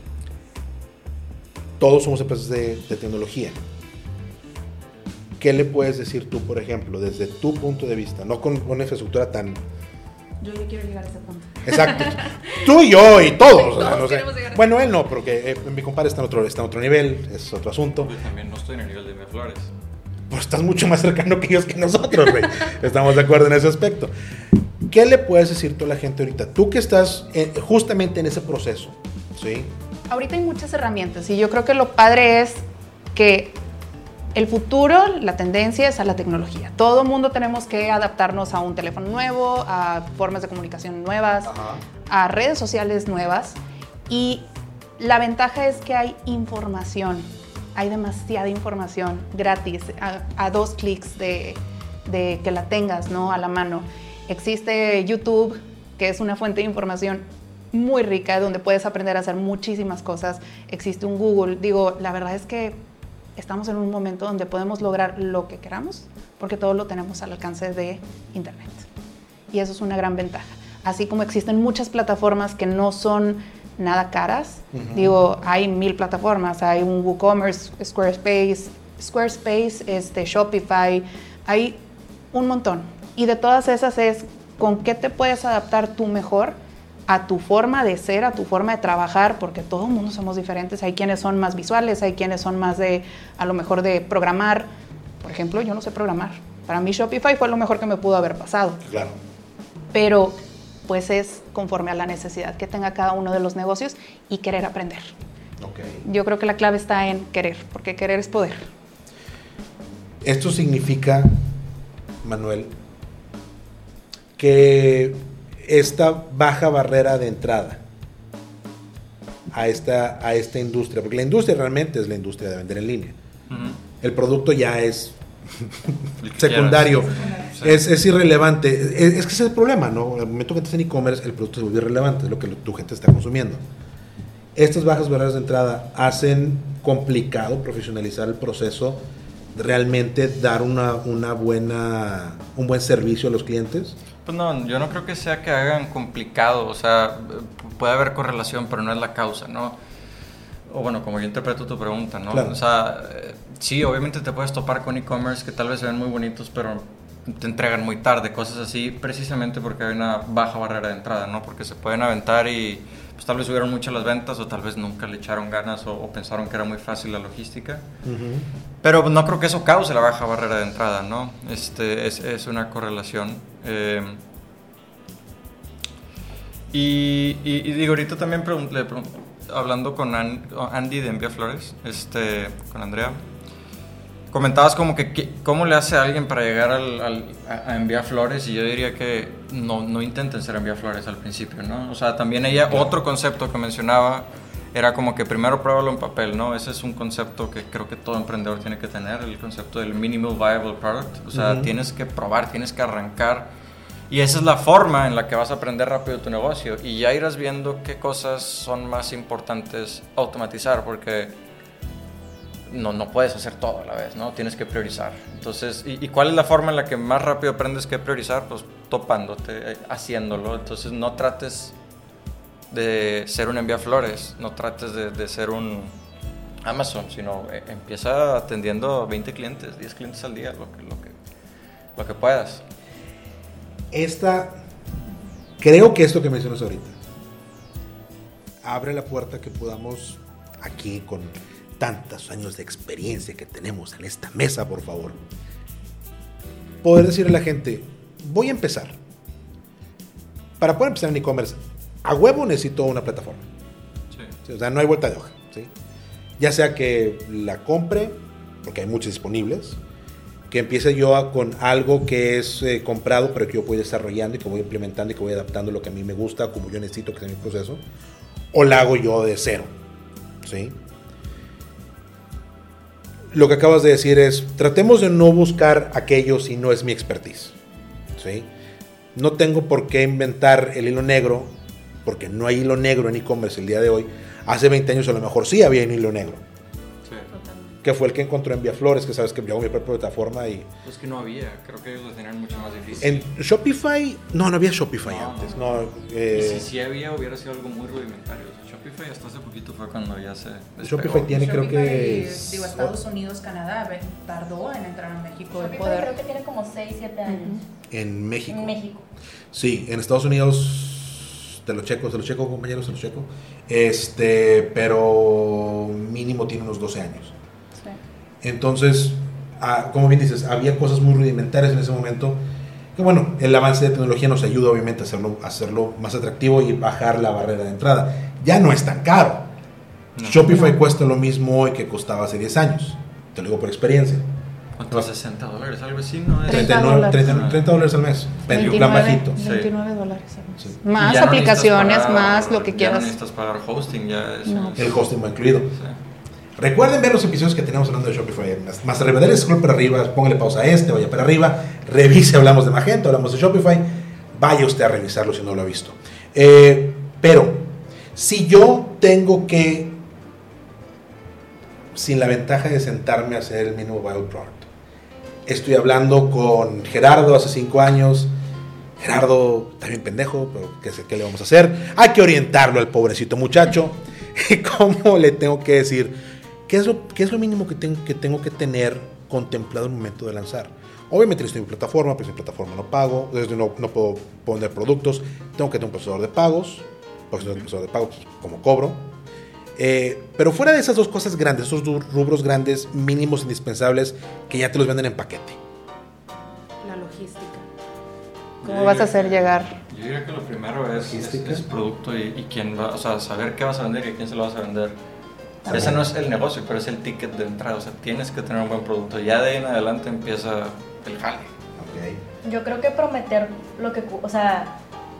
Todos somos empresas de tecnología. ¿Qué le puedes decir tú, por ejemplo, desde tu punto de vista? No con una infraestructura tan... Yo ya quiero llegar a ese punto. Exacto. Tú y yo y todos. Todos no sé. queremos llegar a Bueno, él no, porque mi compadre está en otro nivel, es otro asunto. Yo también no estoy en el nivel de Envía Flores. Pues estás mucho más cercano que ellos que nosotros, güey. Estamos de acuerdo en ese aspecto. ¿Qué le puedes decir tú a la gente ahorita? Tú que estás justamente en ese proceso, ¿sí? Ahorita hay muchas herramientas y yo creo que lo padre es que el futuro, la tendencia es a la tecnología. Todo mundo tenemos que adaptarnos a un teléfono nuevo, a formas de comunicación nuevas, a redes sociales nuevas. Y la ventaja es que hay información. Hay demasiada información gratis, a 2 clics de que la tengas, ¿no?, a la mano. Existe YouTube, que es una fuente de información muy rica, donde puedes aprender a hacer muchísimas cosas. Existe un Google. Digo, la verdad es que estamos en un momento donde podemos lograr lo que queramos, porque todo lo tenemos al alcance de Internet. Y eso es una gran ventaja. Así como existen muchas plataformas que no son nada caras. Digo, hay 1000 plataformas. Hay un WooCommerce, Squarespace, Shopify. Hay un montón. Y de todas esas es con qué te puedes adaptar tú mejor a tu forma de ser, a tu forma de trabajar, porque todo el mundo somos diferentes. Hay quienes son más visuales, hay quienes son más a lo mejor de programar. Por ejemplo, yo no sé programar. Para mí Shopify fue lo mejor que me pudo haber pasado. Claro. Pero pues es conforme a la necesidad que tenga cada uno de los negocios y querer aprender. Okay. Yo creo que la clave está en querer, porque querer es poder. Esto significa, Manuel, que esta baja barrera de entrada a esta industria, porque la industria realmente es la industria de vender en línea. El producto ya es secundario, sí. Es irrelevante. Es que ese es el problema, ¿no? Al momento que estás en e-commerce, el producto se vuelve irrelevante, es lo que tu gente está consumiendo. Estas bajas barreras de entrada hacen complicado profesionalizar el proceso, realmente dar un buen servicio a los clientes. Pues no, yo no creo que sea que hagan complicado, o sea, puede haber correlación, pero no es la causa, ¿no? O bueno, como yo interpreto tu pregunta, ¿no? Claro. O sea, sí, obviamente te puedes topar con e-commerce que tal vez se ven muy bonitos, pero te entregan muy tarde, cosas así, precisamente porque hay una baja barrera de entrada, ¿no? Porque se pueden aventar y pues tal vez subieron mucho las ventas o tal vez nunca le echaron ganas o pensaron que era muy fácil la logística. Pero no creo que eso cause la baja barrera de entrada, ¿no? Es una correlación. Y digo, ahorita también hablando con Andy de Envía Flores, con Andrea, comentabas como que cómo le hace a alguien para llegar a enviar flores, y yo diría que no intenten ser enviar flores al principio, ¿no? O sea, también otro concepto que mencionaba era como que primero pruébalo en papel, ¿no? Ese es un concepto que creo que todo emprendedor tiene que tener, el concepto del minimal viable product. O sea, tienes que probar, tienes que arrancar, y esa es la forma en la que vas a aprender rápido tu negocio, y ya irás viendo qué cosas son más importantes automatizar, porque no puedes hacer todo a la vez, ¿no? Tienes que priorizar. Entonces, ¿y cuál es la forma en la que más rápido aprendes que priorizar? Pues topándote, haciéndolo. Entonces, no trates de ser un enviaflores, no trates de ser un Amazon, sino empieza atendiendo 20 clientes, 10 clientes al día, lo que puedas. Creo que esto que mencionas ahorita abre la puerta que podamos, aquí con tantos años de experiencia que tenemos en esta mesa, por favor, poder decirle a la gente, voy a empezar. Para poder empezar en e-commerce, a huevo necesito una plataforma. Sí, o sea, no hay vuelta de hoja, ¿sí? Ya sea que la compre, porque hay muchas disponibles, que empiece yo con algo que es comprado, pero que yo voy desarrollando y que voy implementando y que voy adaptando lo que a mí me gusta, como yo necesito que sea mi proceso, o la hago yo de cero, ¿sí? Lo que acabas de decir es, tratemos de no buscar aquello si no es mi expertise, ¿sí? No tengo por qué inventar el hilo negro, porque no hay hilo negro en e-commerce el día de hoy. Hace 20 años a lo mejor sí había un hilo negro. Sí. Que fue el que encontró Enviaflores, que sabes que yo hago mi propia plataforma y... Pues que no había, creo que ellos lo tenían mucho más difícil. En Shopify, no había Shopify antes. Y si había, hubiera sido algo muy rudimentario. O sea, Shopify hasta hace poquito fue cuando ya se despegó. Shopify tiene, creo que... Estados Unidos, Canadá, tardó en entrar a México. Shopify creo que tiene como 6-7 años. En México. En México. Sí, en Estados Unidos... Se lo checo, compañeros, se lo checo. Pero mínimo tiene unos 12 años. Sí. Entonces, como bien dices, había cosas muy rudimentarias en ese momento. Que bueno, el avance de tecnología nos ayuda obviamente a hacerlo más atractivo y bajar la barrera de entrada. Ya no es tan caro. No. Shopify cuesta lo mismo hoy que costaba hace 10 años. Te lo digo por experiencia. ¿Cuánto? $60, algo así, ¿no? $30 al mes. Plan bajito. $29 al mes. Sí. Más aplicaciones, más lo que quieras. Ya no necesitas pagar hosting, ya es... No. El hosting va incluido. Sí. Recuerden ver los episodios que tenemos hablando de Shopify. Más arriba, dale scroll para arriba, póngale pausa a vaya para arriba, revise, hablamos de Magento, hablamos de Shopify. Vaya usted a revisarlo si no lo ha visto. Pero, si yo tengo que, sin la ventaja de sentarme a hacer el mínimo viable product, estoy hablando con Gerardo hace 5 años. Gerardo está bien pendejo, pero ¿qué le vamos a hacer? Hay que orientarlo al pobrecito muchacho. ¿Cómo le tengo que decir? ¿Qué es lo mínimo que tengo que tener contemplado en el momento de lanzar? Obviamente necesito mi plataforma, pero sin plataforma no pago, no puedo poner productos, tengo que tener un procesador de pagos, porque si no tengo un procesador de pagos, como cobro. Pero fuera de esas dos cosas grandes, esos rubros grandes, mínimos, indispensables, que ya te los venden en paquete. La logística. ¿Cómo vas a hacer llegar? Yo diría que lo primero es producto y quién va, o sea, saber qué vas a vender y a quién se lo vas a vender. Ese no es el negocio, pero es el ticket de entrada. O sea, tienes que tener un buen producto. Ya de ahí en adelante empieza el jale. Okay. Yo creo que prometer lo que... O sea,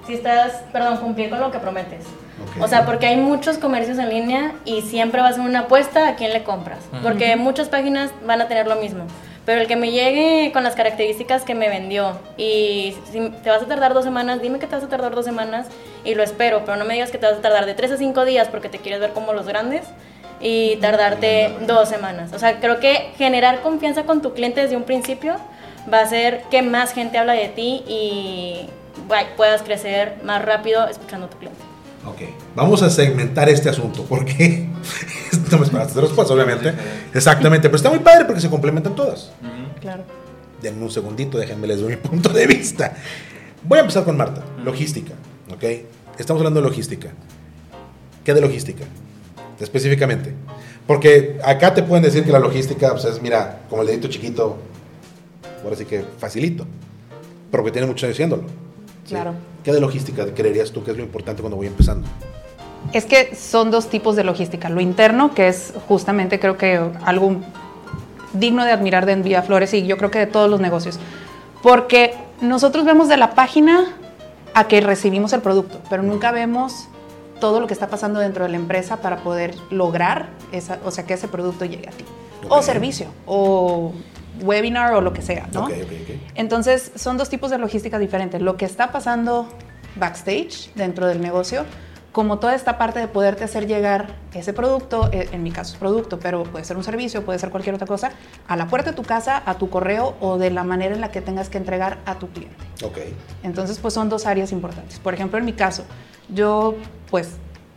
cumplir con lo que prometes. Okay. O sea, porque hay muchos comercios en línea y siempre va a ser una apuesta a quién le compras. Porque muchas páginas van a tener lo mismo. Pero el que me llegue con las características que me vendió y si te vas a tardar 2 semanas, dime que te vas a tardar 2 semanas y lo espero, pero no me digas que te vas a tardar de 3 a 5 días porque te quieres ver como los grandes y tardarte 2 semanas. O sea, creo que generar confianza con tu cliente desde un principio va a hacer que más gente habla de ti y puedas crecer más rápido escuchando a tu cliente. Ok, vamos a segmentar este asunto porque no me esperaste de respuesta, obviamente. Exactamente, pero está muy padre porque se complementan todas. Claro. Denme un segundito, déjenme les doy mi punto de vista. Voy a empezar con Marta, logística, ¿ok? Estamos hablando de logística. ¿Qué de logística? Específicamente. Porque acá te pueden decir que la logística, pues es, mira, como el dedito chiquito, ahora sí que facilito, pero que tiene mucho años haciéndolo. ¿Sí? Claro. ¿Qué de logística creerías tú que es lo importante cuando voy empezando? Es que son 2 tipos de logística. Lo interno, que es justamente creo que algo digno de admirar de Envía Flores y yo creo que de todos los negocios. Porque nosotros vemos de la página a que recibimos el producto, pero nunca vemos todo lo que está pasando dentro de la empresa para poder lograr que ese producto llegue a ti. Okay. O servicio, o webinar, o lo que sea, ¿no? Okay. Entonces, son dos tipos de logística diferentes. Lo que está pasando backstage, dentro del negocio, como toda esta parte de poderte hacer llegar ese producto, en mi caso es producto, pero puede ser un servicio, puede ser cualquier otra cosa, a la puerta de tu casa, a tu correo o de la manera en la que tengas que entregar a tu cliente. Okay. Entonces, pues son dos áreas importantes. Por ejemplo, en mi caso, yo, pues,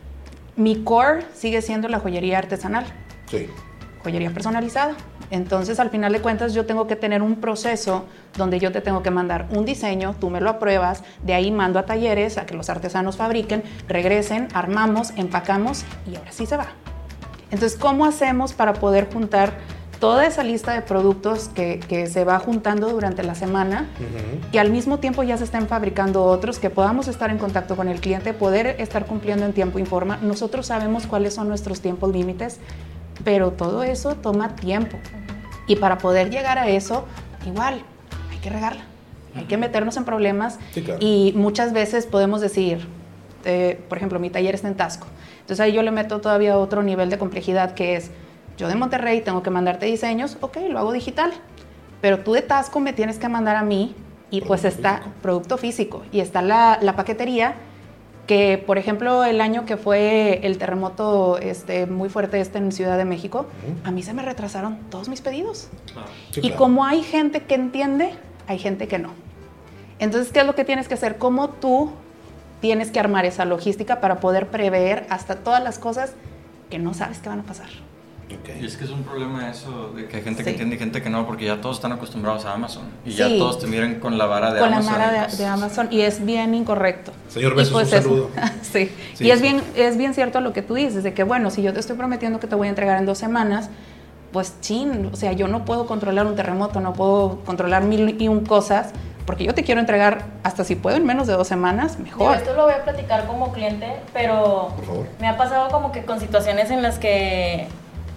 mi core sigue siendo la joyería artesanal. Sí. Joyería personalizada. Entonces, al final de cuentas, yo tengo que tener un proceso donde yo te tengo que mandar un diseño, tú me lo apruebas, de ahí mando a talleres a que los artesanos fabriquen, regresen, armamos, empacamos y ahora sí se va. Entonces, ¿cómo hacemos para poder juntar toda esa lista de productos que se va juntando durante la semana y al mismo tiempo ya se estén fabricando otros, que podamos estar en contacto con el cliente, poder estar cumpliendo en tiempo y forma? Nosotros sabemos cuáles son nuestros tiempos límites, pero todo eso toma tiempo. Y para poder llegar a eso, igual, hay que regarla. Hay que meternos en problemas. Sí, claro. Y muchas veces podemos decir, por ejemplo, mi taller está en Taxco. Entonces ahí yo le meto todavía otro nivel de complejidad, que es, yo de Monterrey tengo que mandarte diseños, ok, lo hago digital. Pero tú de Taxco me tienes que mandar a mí y pues está producto físico. Y está la paquetería, que por ejemplo el año que fue el terremoto muy fuerte en Ciudad de México, a mí se me retrasaron todos mis pedidos. Sí, y como hay gente que entiende, hay gente que no. Entonces, ¿qué es lo que tienes que hacer? ¿Cómo tú tienes que armar esa logística para poder prever hasta todas las cosas que no sabes que van a pasar? Okay. Y es que es un problema eso de que hay gente Sí. que entiende y gente que no, porque ya todos están acostumbrados a Amazon y Sí. ya todos te miran con la vara de Con Amazon. la vara de Amazon, y es bien incorrecto. Señor Besos, Y pues un saludo. Sí. Sí, Y es sí. bien cierto lo que tú dices, de que bueno, si yo te estoy prometiendo que te voy a entregar en 2 semanas, pues chin, o sea, yo no puedo controlar un terremoto, no puedo controlar 1001 cosas, porque yo te quiero entregar hasta si puedo en menos de 2 semanas, Digo, mejor. esto lo voy a platicar como cliente, pero Por favor. me ha pasado como que con situaciones en las que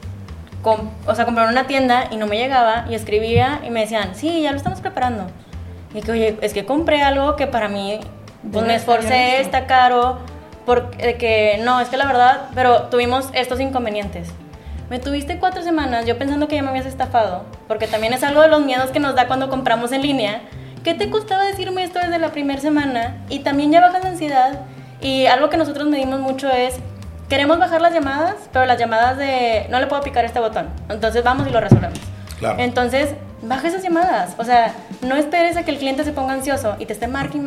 compraron una tienda y no me llegaba y escribía y me decían, sí, ya lo estamos preparando. Y que, oye, es que compré algo que para mí, pues me esforcé, está caro, porque no, es que la verdad, pero tuvimos estos inconvenientes. Me tuviste 4 semanas, yo pensando que ya me habías estafado, porque también es algo de los miedos que nos da cuando compramos en línea. ¿Qué te costaba decirme esto desde la primera semana? Y también ya bajas la ansiedad. Y algo que nosotros medimos mucho es, queremos bajar las llamadas, pero las llamadas de, no le puedo picar este botón, entonces vamos y lo resolvemos. Claro. Entonces, baja esas llamadas. O sea, no esperes a que el cliente se ponga ansioso y te esté marque.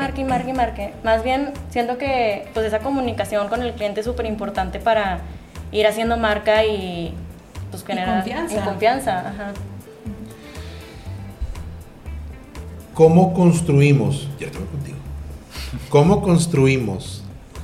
Más bien, siento que pues esa comunicación con el cliente es súper importante para ir haciendo marca y pues generar confianza. Ajá. ¿Cómo construimos? Ya estoy contigo. ¿Cómo construimos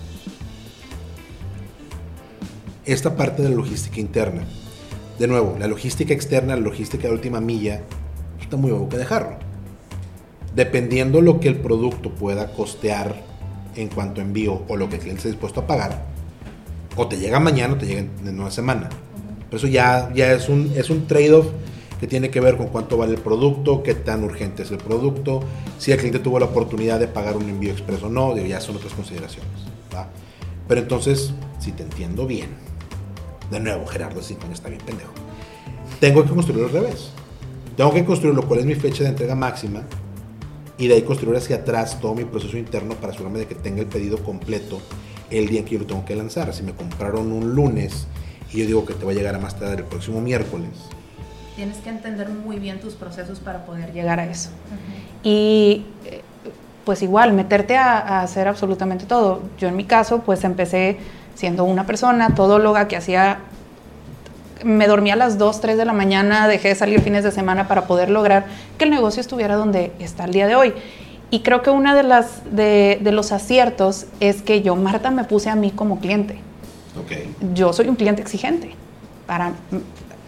esta parte de la logística interna? De nuevo, la logística externa, la logística de última milla, está muy a boca de jarro. Dependiendo lo que el producto pueda costear en cuanto a envío o lo que el cliente esté dispuesto a pagar, o te llega mañana o te llega en 1 semana. Pero eso ya es un trade-off que tiene que ver con cuánto vale el producto, qué tan urgente es el producto, si el cliente tuvo la oportunidad de pagar un envío expreso o no, ya son otras consideraciones, ¿va? Pero entonces, si te entiendo bien, de nuevo, Gerardo 5 años está bien pendejo, tengo que construirlo al revés. Tengo que construir lo cual es mi fecha de entrega máxima y de ahí construir hacia atrás todo mi proceso interno para asegurarme de que tenga el pedido completo el día en que yo lo tengo que lanzar. Si me compraron un lunes y yo digo que te va a llegar a más tarde el próximo miércoles, Tienes que entender muy bien tus procesos para poder llegar a eso. Y pues igual, meterte a hacer absolutamente todo. Yo en mi caso, pues empecé siendo una persona todóloga que me dormía a las 2, 3 de la mañana, dejé de salir fines de semana para poder lograr que el negocio estuviera donde está el día de hoy. Y creo que una de los aciertos es que yo, Marta, me puse a mí como cliente. okay. Yo soy un cliente exigente.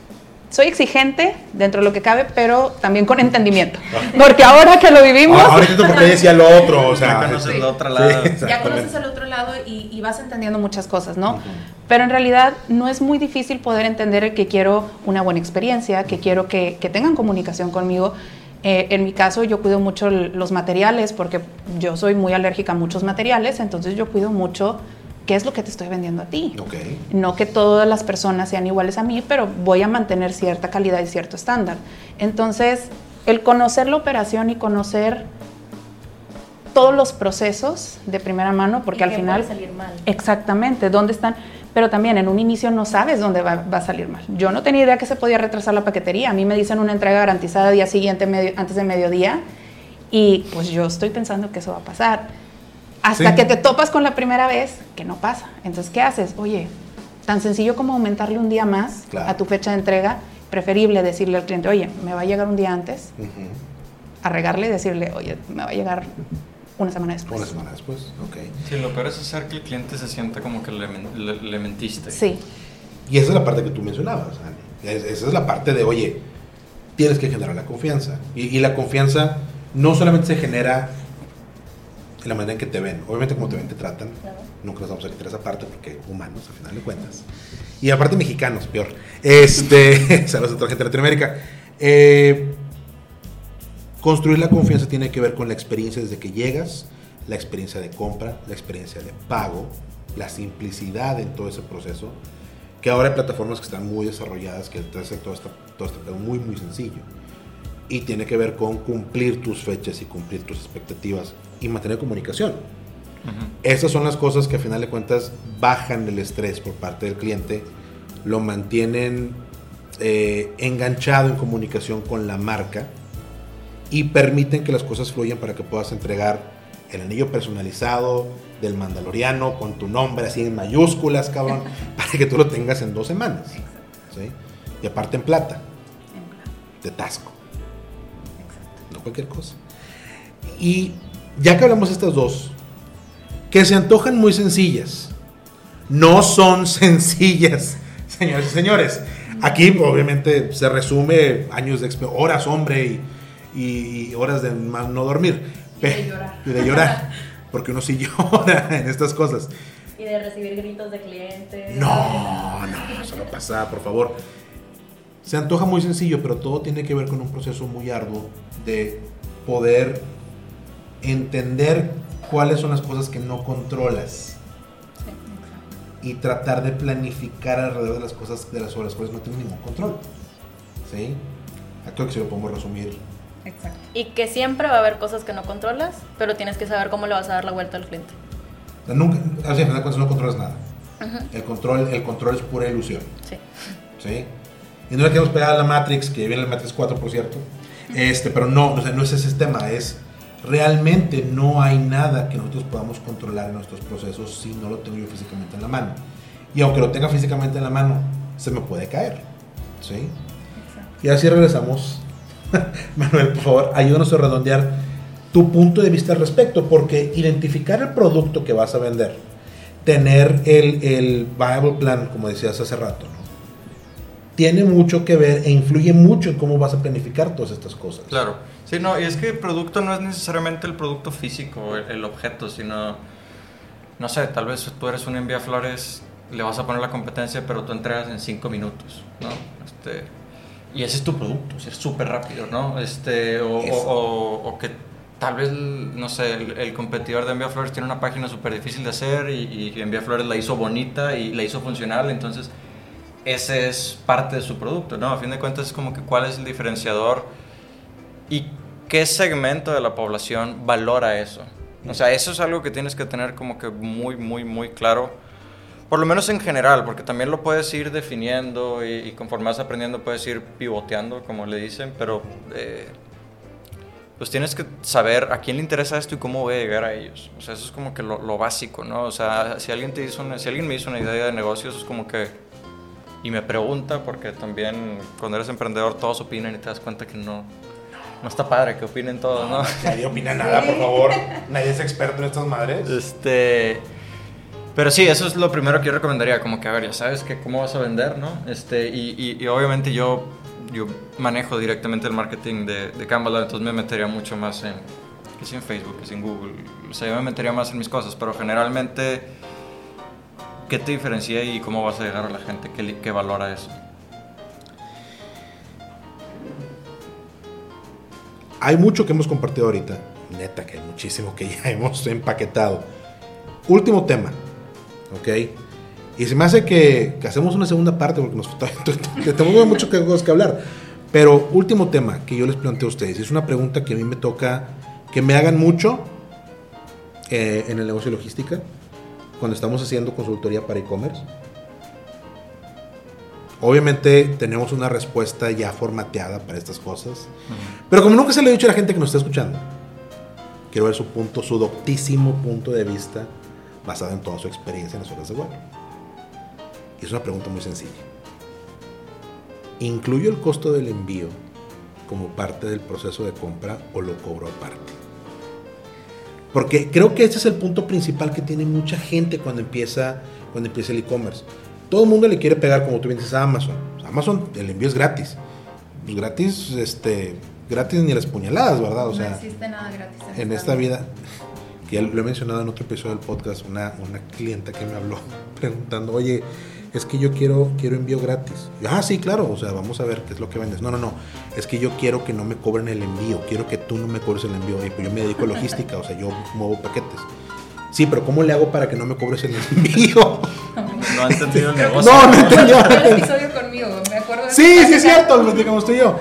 soy exigente dentro de lo que cabe, pero también con entendimiento. Porque ahora que lo vivimos... Ahora entiendo por qué decía lo otro, o sea... Ya conoces el otro lado. Sí, ya conoces el otro lado y vas entendiendo muchas cosas, ¿no? Pero en realidad no es muy difícil poder entender que quiero una buena experiencia, que quiero que tengan comunicación conmigo. En mi caso yo cuido mucho los materiales porque yo soy muy alérgica a muchos materiales, entonces yo cuido mucho qué es lo que te estoy vendiendo a ti. Okay. No que todas las personas sean iguales a mí, pero voy a mantener cierta calidad y cierto estándar. Entonces, el conocer la operación y conocer todos los procesos de primera mano, porque al final... puede salir mal. Exactamente, dónde están... Pero también en un inicio no sabes dónde va a salir mal. Yo no tenía idea que se podía retrasar la paquetería. A mí me dicen una entrega garantizada día siguiente, antes de mediodía, y pues yo estoy pensando que eso va a pasar. Hasta que te topas con la primera vez, que no pasa. Entonces, ¿qué haces? Oye, tan sencillo como aumentarle un día más a tu fecha de entrega, preferible decirle al cliente, oye, me va a llegar un día antes, a regarle y decirle, oye, me va a llegar una semana después. Una semana después, ok. Sí, lo peor es hacer que el cliente se sienta como que le mentiste. Sí. Y esa es la parte que tú mencionabas, Ani. Esa es la parte de, oye, tienes que generar la confianza. Y la confianza no solamente se genera en la manera en que te ven. Obviamente como te ven, te tratan. Claro. Nunca nos vamos a quitar esa parte porque humanos, al final de cuentas. Y aparte mexicanos, peor. Saludos a toda la gente de Latinoamérica. Construir la confianza tiene que ver con la experiencia desde que llegas, la experiencia de compra, la experiencia de pago, la simplicidad en todo ese proceso, que ahora hay plataformas que están muy desarrolladas, que te hacen todo este pedo muy, muy sencillo. Y tiene que ver con cumplir tus fechas y cumplir tus expectativas y mantener comunicación. Esas son las cosas que a final de cuentas bajan el estrés por parte del cliente, lo mantienen enganchado en comunicación con la marca y permiten que las cosas fluyan para que puedas entregar el anillo personalizado del Mandaloriano con tu nombre así en mayúsculas, cabrón, para que tú lo tengas en 2 semanas. ¿Sí? Y aparte en plata. De Tasco. No cualquier cosa. Y ya que hablamos de estas dos, que se antojan muy sencillas, no son sencillas, señores y señores. Aquí obviamente se resume años de horas, hombre, y horas de no dormir. Y de llorar. Porque uno sí llora en estas cosas. Y de recibir gritos de clientes. No, eso no pasa, por favor. Se antoja muy sencillo, pero todo tiene que ver con un proceso muy arduo de poder entender cuáles son las cosas que no controlas y tratar de planificar alrededor de las cosas sobre las cuales no tienes ningún control. ¿Sí? Creo que sí lo podemos resumir. Exacto. Y que siempre va a haber cosas que no controlas, pero tienes que saber cómo le vas a dar la vuelta al cliente. O sea, nunca, al final de cuentas no controlas nada. El control es pura ilusión. ¿Sí? Y no le queremos pegar a la Matrix, que viene el Matrix 4, por cierto. Pero no, o sea, no es ese tema, es realmente no hay nada que nosotros podamos controlar en nuestros procesos si no lo tengo yo físicamente en la mano. Y aunque lo tenga físicamente en la mano, se me puede caer. ¿Sí? Exacto. Y así regresamos. Manuel, por favor, ayúdanos a redondear tu punto de vista al respecto, porque identificar el producto que vas a vender, tener el viable plan, como decías hace rato, ¿no? Tiene mucho que ver e influye mucho en cómo vas a planificar todas estas cosas. Claro. Sí, no, y es que el producto no es necesariamente el producto físico, el objeto, sino, no sé, tal vez tú eres un enviaflores, le vas a poner la competencia, pero tú entregas en 5 minutos, ¿no? Y ese es tu producto, es súper rápido, ¿no? O que tal vez, no sé, el competidor de enviaflores tiene una página súper difícil de hacer y enviaflores la hizo bonita y la hizo funcional, entonces ese es parte de su producto, ¿no? A fin de cuentas es como que cuál es el diferenciador y qué segmento de la población valora eso. O sea, eso es algo que tienes que tener como que muy, muy, muy claro, por lo menos en general, porque también lo puedes ir definiendo y conforme vas aprendiendo puedes ir pivoteando, como le dicen, pero pues tienes que saber a quién le interesa esto y cómo voy a llegar a ellos. O sea, eso es como que lo básico, ¿no? O sea, si alguien me hizo una idea de negocio, eso es como que... Y me pregunta, porque también cuando eres emprendedor todos opinan y te das cuenta que no está padre que opinen todos, ¿no? Nadie opina nada, por favor. Nadie es experto en estas madres. Pero sí, eso es lo primero que yo recomendaría, como que a ver, ya sabes que cómo vas a vender, ¿no? Y obviamente yo manejo directamente el marketing de Canva Lab, entonces me metería mucho más en Facebook, que si en Google, o sea, yo me metería más en mis cosas, pero generalmente, ¿qué te diferencia y cómo vas a llegar a la gente que valora eso? Hay mucho que hemos compartido ahorita, neta que hay muchísimo que ya hemos empaquetado. Último tema, ¿ok? Y se me hace que hacemos una segunda parte porque tenemos mucho que hablar. Pero último tema que yo les planteo a ustedes, es una pregunta que a mí me toca que me hagan mucho en el negocio de logística, cuando estamos haciendo consultoría para e-commerce. Obviamente tenemos una respuesta ya formateada para estas cosas, pero como nunca se lo he dicho a la gente que nos está escuchando, quiero ver su doctísimo punto de vista basado en toda su experiencia en las horas de web. Y es una pregunta muy sencilla. ¿Incluyo el costo del envío como parte del proceso de compra o lo cobro aparte? Porque creo que este es el punto principal que tiene mucha gente cuando empieza el e-commerce. Todo el mundo le quiere pegar, como tú bien dices, a Amazon. Amazon, el envío es gratis. Pues gratis ni las puñaladas, ¿verdad? O sea, no existe nada gratis en esta vida. Que ya lo he mencionado en otro episodio del podcast, una clienta que me habló preguntando, oye, es que yo quiero envío gratis. Y yo, sí, claro, o sea, vamos a ver qué es lo que vendes. No, es que yo quiero que no me cobren el envío, quiero que tú no me cobres el envío. Y pues yo me dedico a logística, o sea, yo muevo paquetes. Sí, pero ¿cómo le hago para que no me cobres el envío? No ha entendido el negocio. No entendió. El episodio conmigo, me acuerdo de Sí, es cierto, lo platicamos tú y yo.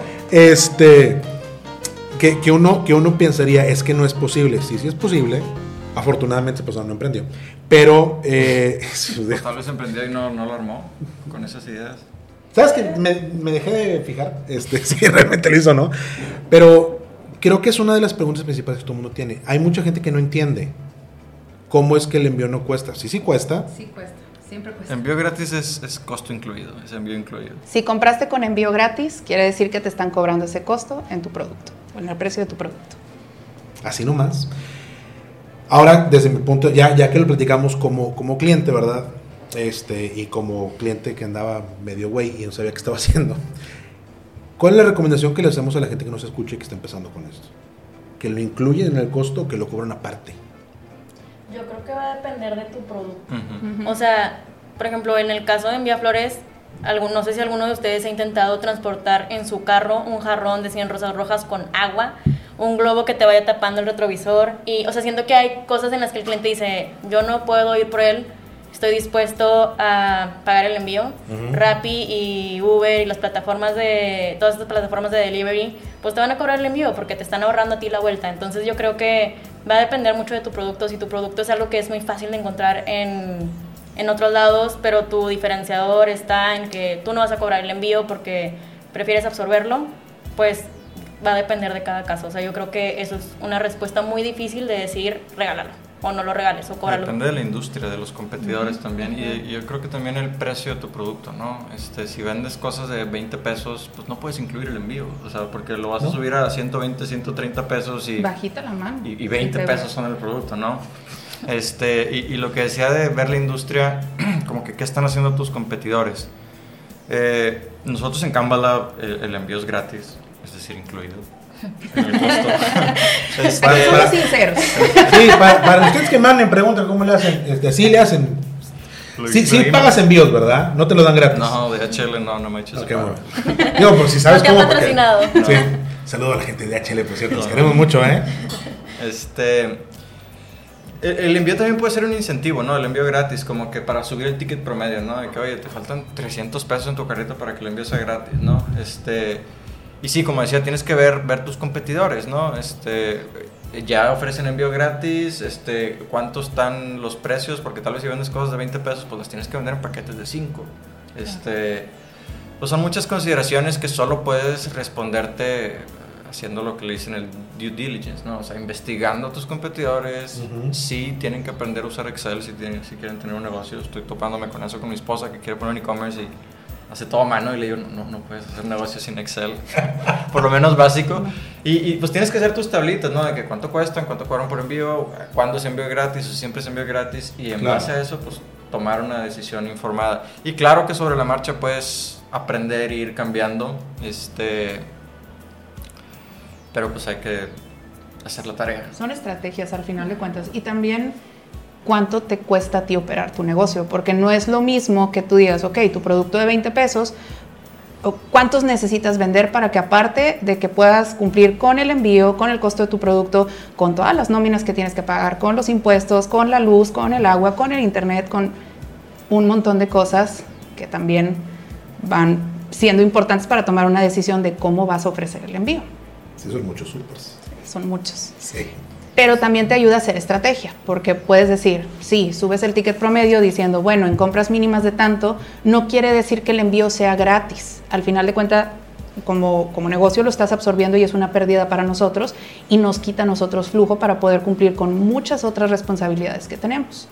Que uno pensaría, es que no es posible. Sí es posible. Afortunadamente, pues no emprendió. Pero tal vez emprendió y no lo armó con esas ideas. ¿Sabes qué? Me dejé de fijar si realmente lo hizo o no. Pero creo que es una de las preguntas principales que todo el mundo tiene. Hay mucha gente que no entiende cómo es que el envío no cuesta. Sí cuesta. Sí cuesta, siempre cuesta. Envío gratis es costo incluido, es envío incluido. Si compraste con envío gratis, quiere decir que te están cobrando ese costo en tu producto, o en el precio de tu producto. Así nomás. Ahora, desde mi punto, ya que lo platicamos como cliente, ¿verdad? Y como cliente que andaba medio güey y no sabía qué estaba haciendo. ¿Cuál es la recomendación que le hacemos a la gente que nos escuche y que está empezando con esto? ¿Que lo incluyen en el costo o que lo cobran aparte? Yo creo que va a depender de tu producto. O sea, por ejemplo, en el caso de Enviaflores, no sé si alguno de ustedes ha intentado transportar en su carro un jarrón de 100 rosas rojas con agua, un globo que te vaya tapando el retrovisor. Y, o sea, siento que hay cosas en las que el cliente dice, yo no puedo ir por él, estoy dispuesto a pagar el envío. Rappi y Uber y las plataformas todas estas plataformas de delivery, pues te van a cobrar el envío porque te están ahorrando a ti la vuelta. Entonces yo creo que va a depender mucho de tu producto. Si tu producto es algo que es muy fácil de encontrar en otros lados, pero tu diferenciador está en que tú no vas a cobrar el envío porque prefieres absorberlo, pues va a depender de cada caso. O sea, yo creo que eso es una respuesta muy difícil de decir regálalo o no lo regales o cóbralo. Depende de la industria, de los competidores también. Y yo creo que también el precio de tu producto, ¿no? Si vendes cosas de 20 pesos, pues no puedes incluir el envío, o sea, porque lo vas a subir a 120, 130 pesos y bajita la mano. Y 20 pesos son el producto, ¿no? Y lo que decía de ver la industria, como que qué están haciendo tus competidores. Nosotros en Canva Lab el envío es gratis, es decir, incluido en el costo. Somos sinceros. Sí, para ustedes que manden, preguntan cómo le hacen. Sí le hacen. Sí pagas envíos, ¿verdad? No te lo dan gratis. No, de HL no me eches. Okay, bueno. Digo, por si sabes cómo. Patrocinado. Sí. Saludo a la gente de HL, por cierto. Los queremos mucho, ¿eh? El envío también puede ser un incentivo, ¿no? El envío gratis, como que para subir el ticket promedio, ¿no? De que, oye, te faltan 300 pesos en tu carrito para que el envío sea gratis, ¿no? Y sí, como decía, tienes que ver tus competidores, ¿no? Ya ofrecen envío gratis, cuántos están los precios, porque tal vez si vendes cosas de 20 pesos, pues las tienes que vender en paquetes de 5. Pues son muchas consideraciones que solo puedes responderte haciendo lo que le dicen el due diligence, ¿no? O sea, investigando a tus competidores. Sí tienen que aprender a usar Excel si quieren tener un negocio. Estoy topándome con eso con mi esposa que quiere poner un e-commerce y hace todo a mano y le digo, no puedes hacer negocio sin Excel, por lo menos básico. Y pues tienes que hacer tus tablitas, ¿no? De que cuánto cuestan, cuánto cobran por envío, cuándo se envío gratis o siempre se envío gratis. Y en base a eso, pues tomar una decisión informada. Y claro que sobre la marcha puedes aprender e ir cambiando, pero pues hay que hacer la tarea. Son estrategias al final de cuentas. Y también cuánto te cuesta a ti operar tu negocio, porque no es lo mismo que tú digas, ok, tu producto de 20 pesos, ¿cuántos necesitas vender para que aparte de que puedas cumplir con el envío, con el costo de tu producto, con todas las nóminas que tienes que pagar, con los impuestos, con la luz, con el agua, con el internet, con un montón de cosas que también van siendo importantes para tomar una decisión de cómo vas a ofrecer el envío? Sí, son muchos supers. Son muchos. Sí. Pero también te ayuda a hacer estrategia, porque puedes decir, sí, subes el ticket promedio diciendo, bueno, en compras mínimas de tanto, no quiere decir que el envío sea gratis. Al final de cuentas, como negocio lo estás absorbiendo y es una pérdida para nosotros y nos quita a nosotros flujo para poder cumplir con muchas otras responsabilidades que tenemos.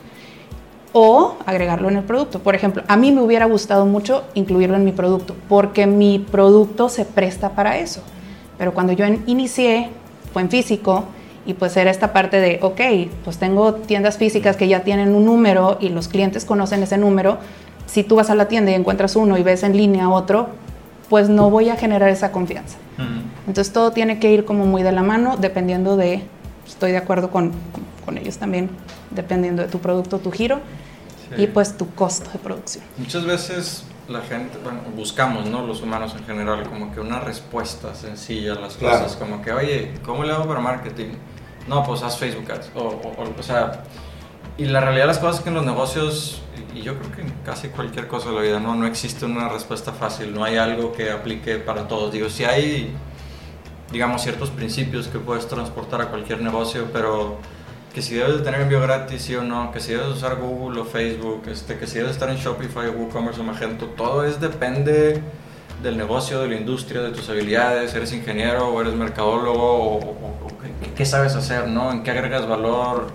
O agregarlo en el producto. Por ejemplo, a mí me hubiera gustado mucho incluirlo en mi producto, porque mi producto se presta para eso. Pero cuando yo inicié, fue en físico, y pues era esta parte de, ok, pues tengo tiendas físicas que ya tienen un número y los clientes conocen ese número. Si tú vas a la tienda y encuentras uno y ves en línea otro, pues no voy a generar esa confianza. Entonces todo tiene que ir como muy de la mano, dependiendo de, estoy de acuerdo con ellos también, dependiendo de tu producto, tu giro, y pues tu costo de producción. Muchas veces la gente, bueno, buscamos, ¿no? Los humanos en general, como que una respuesta sencilla a las cosas, como que, oye, ¿cómo le hago para marketing? No, pues haz Facebook Ads, o sea, y la realidad de las cosas es que en los negocios, y yo creo que en casi cualquier cosa de la vida, no existe una respuesta fácil, no hay algo que aplique para todos. Digo, sí hay, digamos, ciertos principios que puedes transportar a cualquier negocio, pero que si debes de tener envío gratis, sí o no, que si debes usar Google o Facebook, que si debes estar en Shopify o WooCommerce o Magento, todo depende del negocio, de la industria, de tus habilidades, eres ingeniero o eres mercadólogo o qué sabes hacer, ¿no? En qué agregas valor.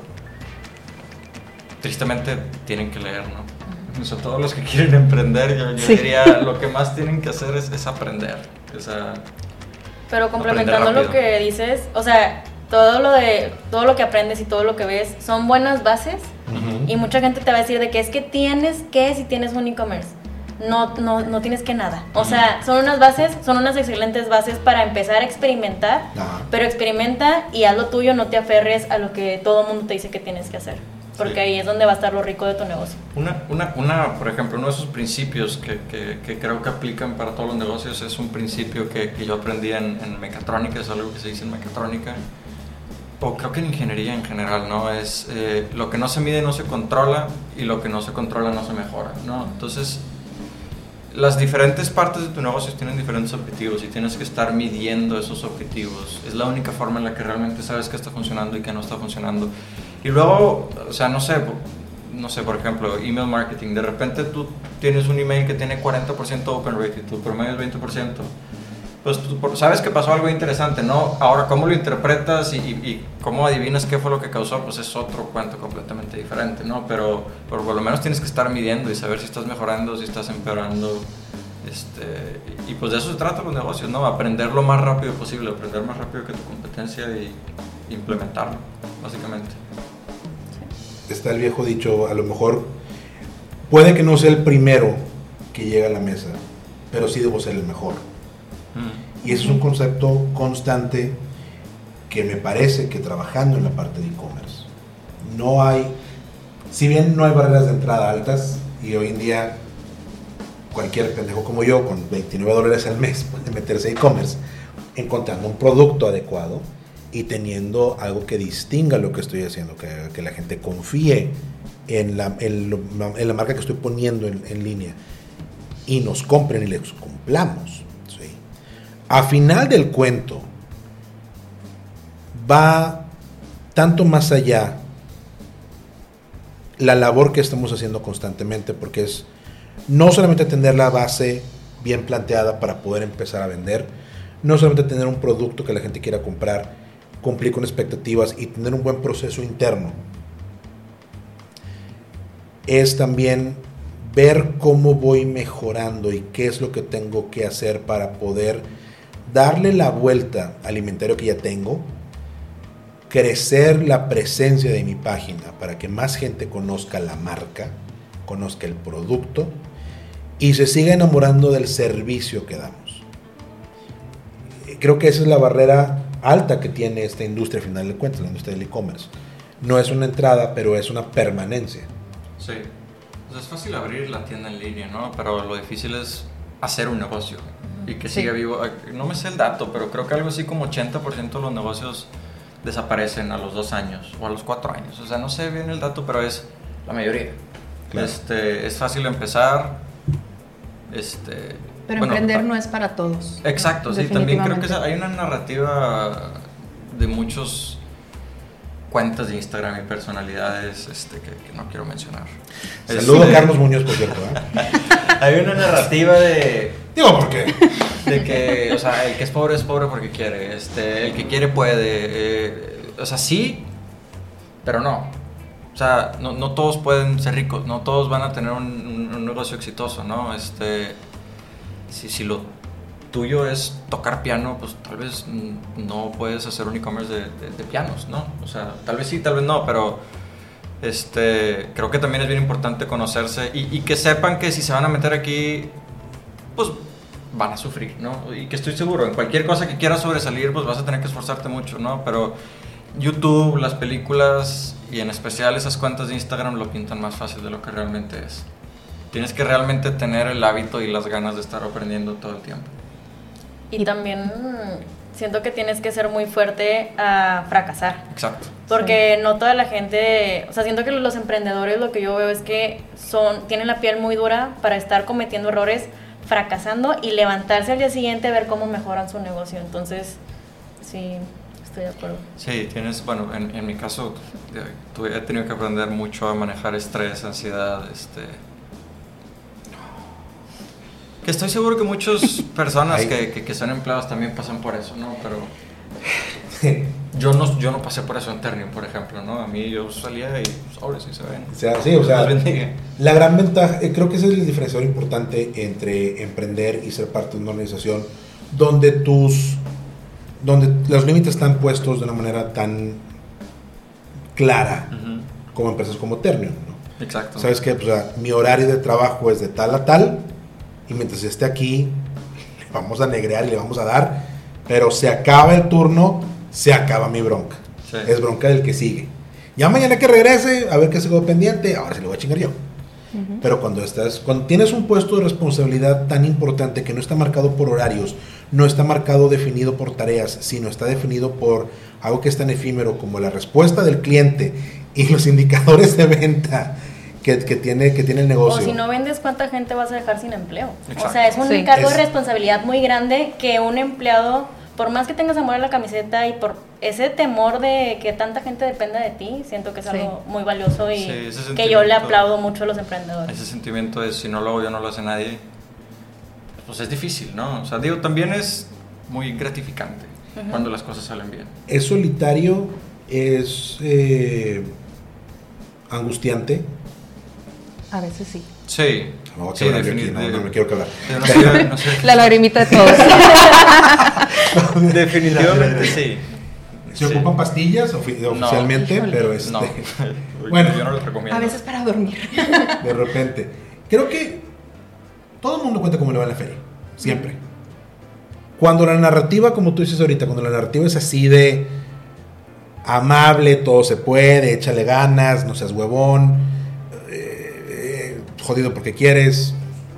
Tristemente tienen que leer, ¿no? O sea, todos los que quieren emprender, yo diría, lo que más tienen que hacer es aprender. Pero complementando lo que dices, o sea, todo lo que aprendes y todo lo que ves son buenas bases. Y mucha gente te va a decir de que es que tienes que, si tienes un e-commerce, no tienes que nada. O sea, son unas excelentes bases para empezar a experimentar, pero experimenta y haz lo tuyo, no te aferres a lo que todo el mundo te dice que tienes que hacer, porque ahí es donde va a estar lo rico de tu negocio. Por ejemplo, uno de esos principios que creo que aplican para todos los negocios es un principio que yo aprendí en mecatrónica, es algo que se dice en mecatrónica, o creo que en ingeniería en general, ¿no? Es lo que no se mide no se controla y lo que no se controla no se mejora, ¿no? Entonces, las diferentes partes de tu negocio tienen diferentes objetivos y tienes que estar midiendo esos objetivos. Es la única forma en la que realmente sabes qué está funcionando y qué no está funcionando. Y luego, o sea, no sé, por ejemplo, email marketing. De repente tú tienes un email que tiene 40% open rate y tu promedio es 20%. Pues tú sabes que pasó algo interesante, ¿no? Ahora, ¿cómo lo interpretas y cómo adivinas qué fue lo que causó? Pues es otro cuento completamente diferente, ¿no? Pero por lo menos tienes que estar midiendo y saber si estás mejorando, si estás empeorando. Y pues de eso se trata los negocios, ¿no? Aprender lo más rápido posible, aprender más rápido que tu competencia y implementarlo, básicamente. Está el viejo dicho, a lo mejor puede que no sea el primero que llega a la mesa, pero sí debo ser el mejor. Y ese es un concepto constante que me parece que trabajando en la parte de e-commerce no hay, si bien no hay barreras de entrada altas, y hoy en día cualquier pendejo como yo con $29 al mes puede meterse a e-commerce encontrando un producto adecuado y teniendo algo que distinga lo que estoy haciendo, que la gente confíe en la marca que estoy poniendo en línea y nos compren y les cumplamos. A final del cuento va tanto más allá la labor que estamos haciendo constantemente, porque es no solamente tener la base bien planteada para poder empezar a vender, no solamente tener un producto que la gente quiera comprar, cumplir con expectativas y tener un buen proceso interno, es también ver cómo voy mejorando y qué es lo que tengo que hacer para poder darle la vuelta al inventario que ya tengo, crecer la presencia de mi página para que más gente conozca la marca, conozca el producto y se siga enamorando del servicio que damos. Creo que esa es la barrera alta que tiene esta industria, al final de cuentas, la industria del e-commerce. No es una entrada, pero es una permanencia. Sí. Pues es fácil abrir la tienda en línea, ¿no? Pero lo difícil es hacer un negocio y que siga vivo. No me sé el dato, pero creo que algo así como 80% de los negocios desaparecen a los 2 años o a los 4 años. O sea, no sé bien el dato, pero es la mayoría. Claro. Es fácil empezar. Pero emprender no es para todos. Exacto, sí. También creo que hay una narrativa de muchos cuentas de Instagram y personalidades que no quiero mencionar. Saludo a Carlos Muñoz, por cierto. Hay una narrativa de... Digo, ¿por qué? De que, o sea, el que es pobre porque quiere. El que quiere puede. O sea, sí, pero no. O sea, no todos pueden ser ricos, no todos van a tener un negocio exitoso, ¿no? Si lo tuyo es tocar piano, pues tal vez no puedes hacer un e-commerce de pianos, ¿no? O sea, tal vez sí, tal vez no, pero creo que también es bien importante conocerse y que sepan que si se van a meter aquí, pues van a sufrir, ¿no? Y que estoy seguro, en cualquier cosa que quieras sobresalir, pues vas a tener que esforzarte mucho, ¿no? Pero YouTube, las películas y en especial esas cuentas de Instagram lo pintan más fácil de lo que realmente es. Tienes que realmente tener el hábito y las ganas de estar aprendiendo todo el tiempo. Y también siento que tienes que ser muy fuerte a fracasar. Exacto. Porque no toda la gente, o sea, siento que los emprendedores lo que yo veo es que tienen la piel muy dura para estar cometiendo errores, fracasando y levantarse al día siguiente a ver cómo mejoran su negocio. Entonces, sí, estoy de acuerdo. Sí, bueno, en mi caso, he tenido que aprender mucho a manejar estrés, ansiedad, que estoy seguro que muchas personas que son empleados también pasan por eso, ¿no? Pero yo no pasé por eso en Ternium, por ejemplo, ¿no? A mí yo salía y sobres y se ven. O sea, la gran ventaja, creo que ese es el diferenciador importante entre emprender y ser parte de una organización donde los límites están puestos de una manera tan clara como empresas como Ternium, ¿no? Exacto. ¿Sabes qué? Pues, o sea, mi horario de trabajo es de tal a tal y mientras esté aquí le vamos a negrear y le vamos a dar, pero se acaba el turno, se acaba mi bronca. Sí. Es bronca del que sigue. Ya mañana que regrese, a ver qué se quedó pendiente, ahora sí le voy a chingar yo. Pero cuando tienes un puesto de responsabilidad tan importante que no está marcado por horarios, no está marcado definido por tareas, sino está definido por algo que es tan efímero como la respuesta del cliente y los indicadores de venta que tiene el negocio. O si no vendes, ¿cuánta gente vas a dejar sin empleo? Exacto. O sea, es un cargo de responsabilidad muy grande que un empleado, por más que tengas amor a la camiseta y por ese temor de que tanta gente dependa de ti, siento que es algo muy valioso y que yo le aplaudo mucho a los emprendedores. Ese sentimiento de si no lo hago yo, no lo hace nadie, pues es difícil, ¿no? O sea, digo, también es muy gratificante cuando las cosas salen bien. Es solitario, es angustiante. A veces sí. Sí. No, no me quiero quebrar. No sé. La lagrimita de todos. Definitivamente sí. Se ocupan pastillas oficialmente, pero no. Bueno, yo no lo recomiendo. A veces para dormir. De repente. Creo que todo el mundo cuenta cómo le va en la feria. Siempre. Cuando la narrativa, como tú dices ahorita, cuando la narrativa es así de amable, todo se puede, échale ganas, no seas huevón, jodido porque quieres,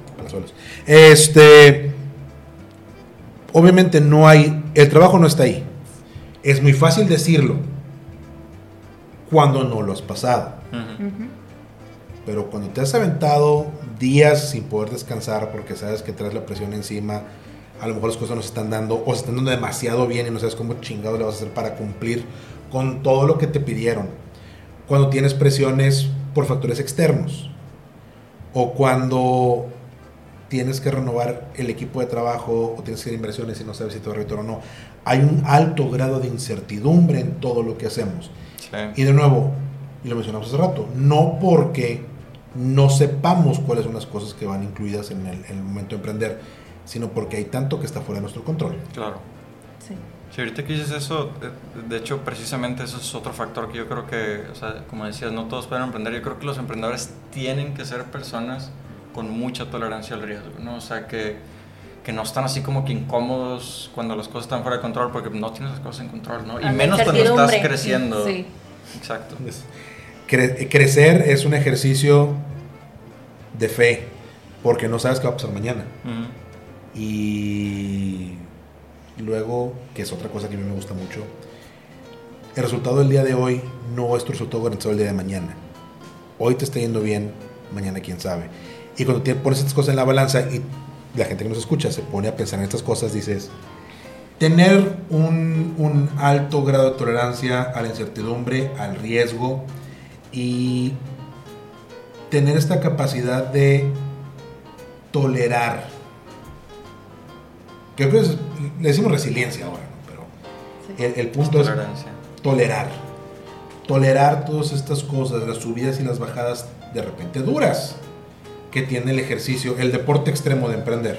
obviamente no hay, el trabajo no está ahí. Es muy fácil decirlo cuando no lo has pasado. Pero cuando te has aventado días sin poder descansar porque sabes que traes la presión encima, a lo mejor las cosas no se están dando o se están dando demasiado bien y no sabes cómo chingado le vas a hacer para cumplir con todo lo que te pidieron. Cuando tienes presiones por factores externos o cuando tienes que renovar el equipo de trabajo o tienes que hacer inversiones y no sabes si te va a retornar o no. Hay un alto grado de incertidumbre en todo lo que hacemos. Sí. Y de nuevo, y lo mencionamos hace rato, no porque no sepamos cuáles son las cosas que van incluidas en el momento de emprender, sino porque hay tanto que está fuera de nuestro control. Claro. Sí. Si ahorita que dices eso, de hecho, precisamente eso es otro factor que yo creo que, o sea, como decías, no todos pueden emprender. Yo creo que los emprendedores tienen que ser personas con mucha tolerancia al riesgo, ¿no? O sea, que no están así como que incómodos cuando las cosas están fuera de control, porque no tienes las cosas en control, ¿no? Y menos cuando estás creciendo. Sí. Exacto. Crecer es un ejercicio de fe, porque no sabes qué va a pasar mañana. Uh-huh. Y luego, que es otra cosa que a mí me gusta mucho, el resultado del día de hoy no es tu resultado garantizado el día de mañana. Hoy te está yendo bien, mañana quién sabe. Y cuando pones estas cosas en la balanza y la gente que nos escucha se pone a pensar en estas cosas, dices, tener un alto grado de tolerancia a la incertidumbre, al riesgo, y tener esta capacidad de tolerar, creo que le decimos resiliencia ahora, ¿no? Pero el punto es tolerar todas estas cosas, las subidas y las bajadas de repente duras que tiene el ejercicio, el deporte extremo de emprender.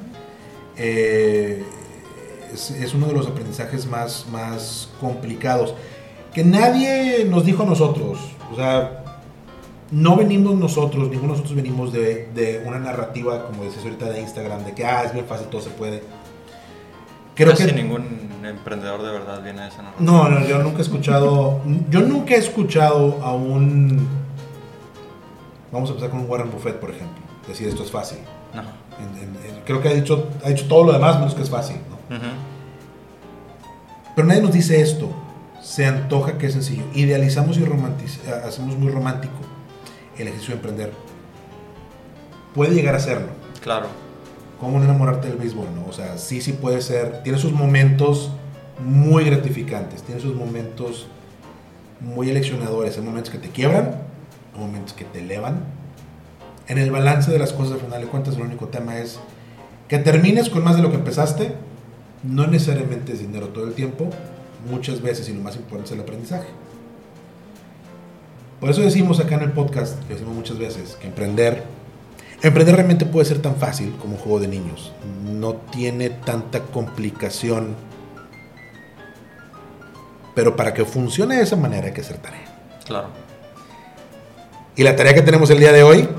Es uno de los aprendizajes más complicados que nadie nos dijo a nosotros. O sea, no venimos nosotros, ninguno de nosotros venimos de una narrativa, como decías ahorita, de Instagram, de que es bien fácil, todo se puede. Creo Casi que ningún emprendedor de verdad viene de esa narrativa. No, yo nunca he escuchado a un... Vamos a empezar con un Warren Buffett, por ejemplo, decir esto es fácil. No. Creo que ha dicho todo lo demás menos que es fácil, ¿no? Uh-huh. Pero nadie nos dice esto. Se antoja que es sencillo. Idealizamos y hacemos muy romántico el ejercicio de emprender. Puede llegar a serlo. Claro. ¿Cómo no enamorarte del béisbol, no? O sea, sí puede ser. Tiene sus momentos muy gratificantes. Tiene sus momentos muy eleccionadores. Hay momentos que te quiebran, hay momentos que te elevan. En el balance de las cosas, al final de cuentas, el único tema es que termines con más de lo que empezaste. No necesariamente es dinero todo el tiempo. Muchas veces, y lo más importante es el aprendizaje. Por eso decimos acá en el podcast, que decimos muchas veces, que emprender realmente puede ser tan fácil como un juego de niños. No tiene tanta complicación. Pero para que funcione de esa manera hay que hacer tarea. Claro. Y la tarea que tenemos el día de hoy...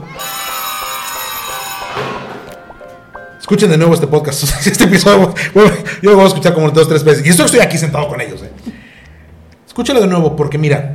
Escuchen de nuevo este podcast, este episodio. Bueno, yo lo voy a escuchar como 2 o 3 veces. Y esto que estoy aquí sentado con ellos. Escúchalo de nuevo porque mira,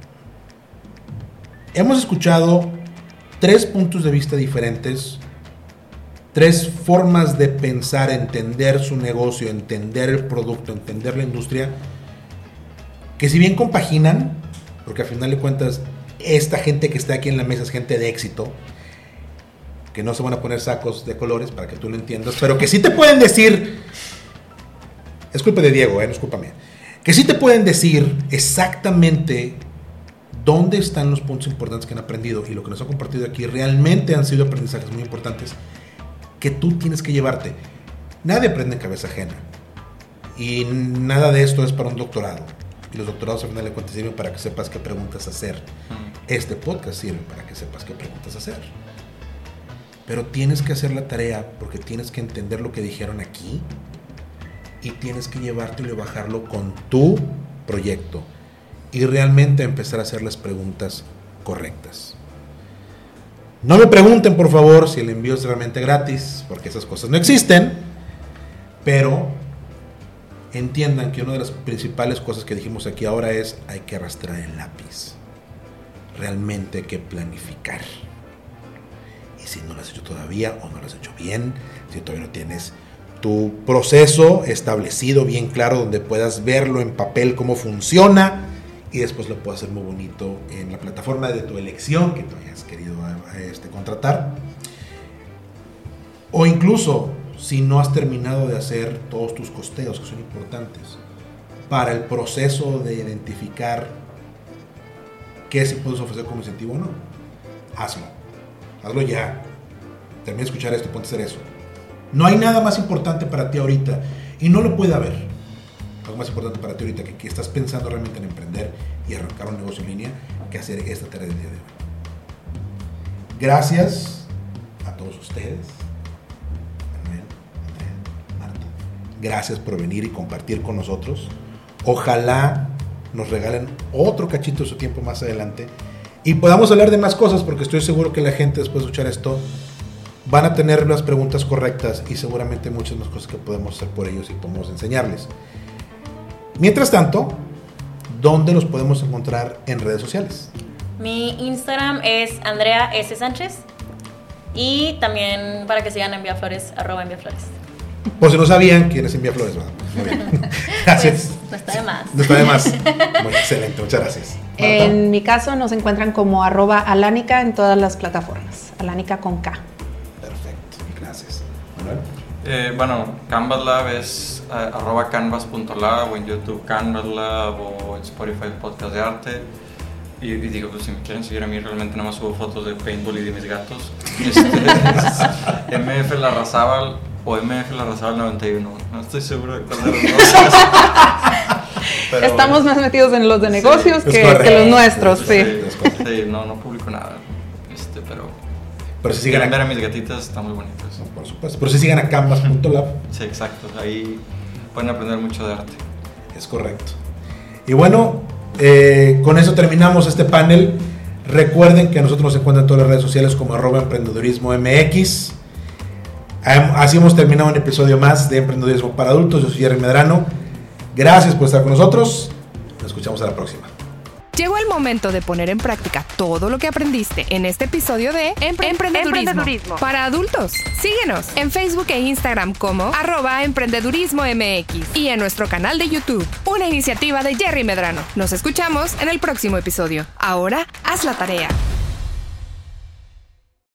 hemos escuchado 3 puntos de vista diferentes, 3 formas de pensar, entender su negocio, entender el producto, entender la industria, que si bien compaginan, porque al final de cuentas esta gente que está aquí en la mesa es gente de éxito, que no se van a poner sacos de colores para que tú lo entiendas, pero que sí te pueden decir, es culpa de Diego, no es culpa mía, que sí te pueden decir exactamente dónde están los puntos importantes que han aprendido, y lo que nos ha compartido aquí realmente han sido aprendizajes muy importantes que tú tienes que llevarte. Nadie aprende en cabeza ajena, y nada de esto es para un doctorado, y los doctorados al final de cuentas sirven para que sepas qué preguntas hacer. Este podcast sirve para que sepas qué preguntas hacer. Pero tienes que hacer la tarea porque tienes que entender lo que dijeron aquí y tienes que llevártelo y bajarlo con tu proyecto y realmente empezar a hacer las preguntas correctas. No me pregunten, por favor, si el envío es realmente gratis, porque esas cosas no existen, pero entiendan que una de las principales cosas que dijimos aquí ahora es hay que arrastrar el lápiz. Realmente hay que planificar. Y si no lo has hecho todavía o no lo has hecho bien, si todavía no tienes tu proceso establecido bien claro donde puedas verlo en papel cómo funciona y después lo puedas hacer muy bonito en la plataforma de tu elección que tú hayas querido contratar, o incluso si no has terminado de hacer todos tus costeos que son importantes para el proceso de identificar qué sí puedes ofrecer como incentivo o no, hazlo ya. Termina de escuchar esto, ponte a hacer eso. No hay nada más importante para ti ahorita, y no lo puede haber. Algo más importante para ti ahorita que estás pensando realmente en emprender y arrancar un negocio en línea, que hacer esta tarea del día de hoy. Gracias a todos ustedes. Manuel, Andrea, Marta. Gracias por venir y compartir con nosotros. Ojalá nos regalen otro cachito de su tiempo más adelante y podamos hablar de más cosas, porque estoy seguro que la gente después de escuchar esto van a tener las preguntas correctas y seguramente muchas más cosas que podemos hacer por ellos y podemos enseñarles. Mientras tanto, ¿dónde los podemos encontrar en redes sociales? Mi Instagram es Andrea S. Sánchez y también para que sigan @enviaflores. Por si no sabían quién es Enviaflores, ¿verdad? Muy bien. Gracias. Pues, no está de más. No está de más. Muy excelente, muchas gracias. Marta. En mi caso nos encuentran como @Alanica en todas las plataformas. Alanica con K. Perfecto, gracias. Manuel. Bueno, Canvas Lab es @canvas.lab o en YouTube Canvas Lab o en Spotify Podcast de Arte. Y digo, pues si me quieren seguir a mí, realmente nada más subo fotos de paintball y de mis gatos. MF Larrazábal o MF Larrazábal 91. No estoy seguro de cuál de los dos. Pero Estamos más metidos en los de negocios es que correcto. los nuestros, sí. Sí, no publico nada. Pero si Quieren sigan ver a mis gatitas, están muy bonitas. por supuesto. Pero si sigan a canvas.lab. Sí, exacto. Ahí pueden aprender mucho de arte. Es correcto. Y bueno, con eso terminamos este panel. Recuerden que nosotros nos encuentran en todas las redes sociales como @emprendedurismo.mx. Así hemos terminado un episodio más de Emprendedurismo para Adultos. Yo soy Jerry Medrano. Gracias por estar con nosotros. Nos escuchamos a la próxima. Llegó el momento de poner en práctica todo lo que aprendiste en este episodio de Emprendedurismo para adultos. Síguenos en Facebook e Instagram como @emprendedurismo.mx y en nuestro canal de YouTube, una iniciativa de Jerry Medrano. Nos escuchamos en el próximo episodio. Ahora, haz la tarea.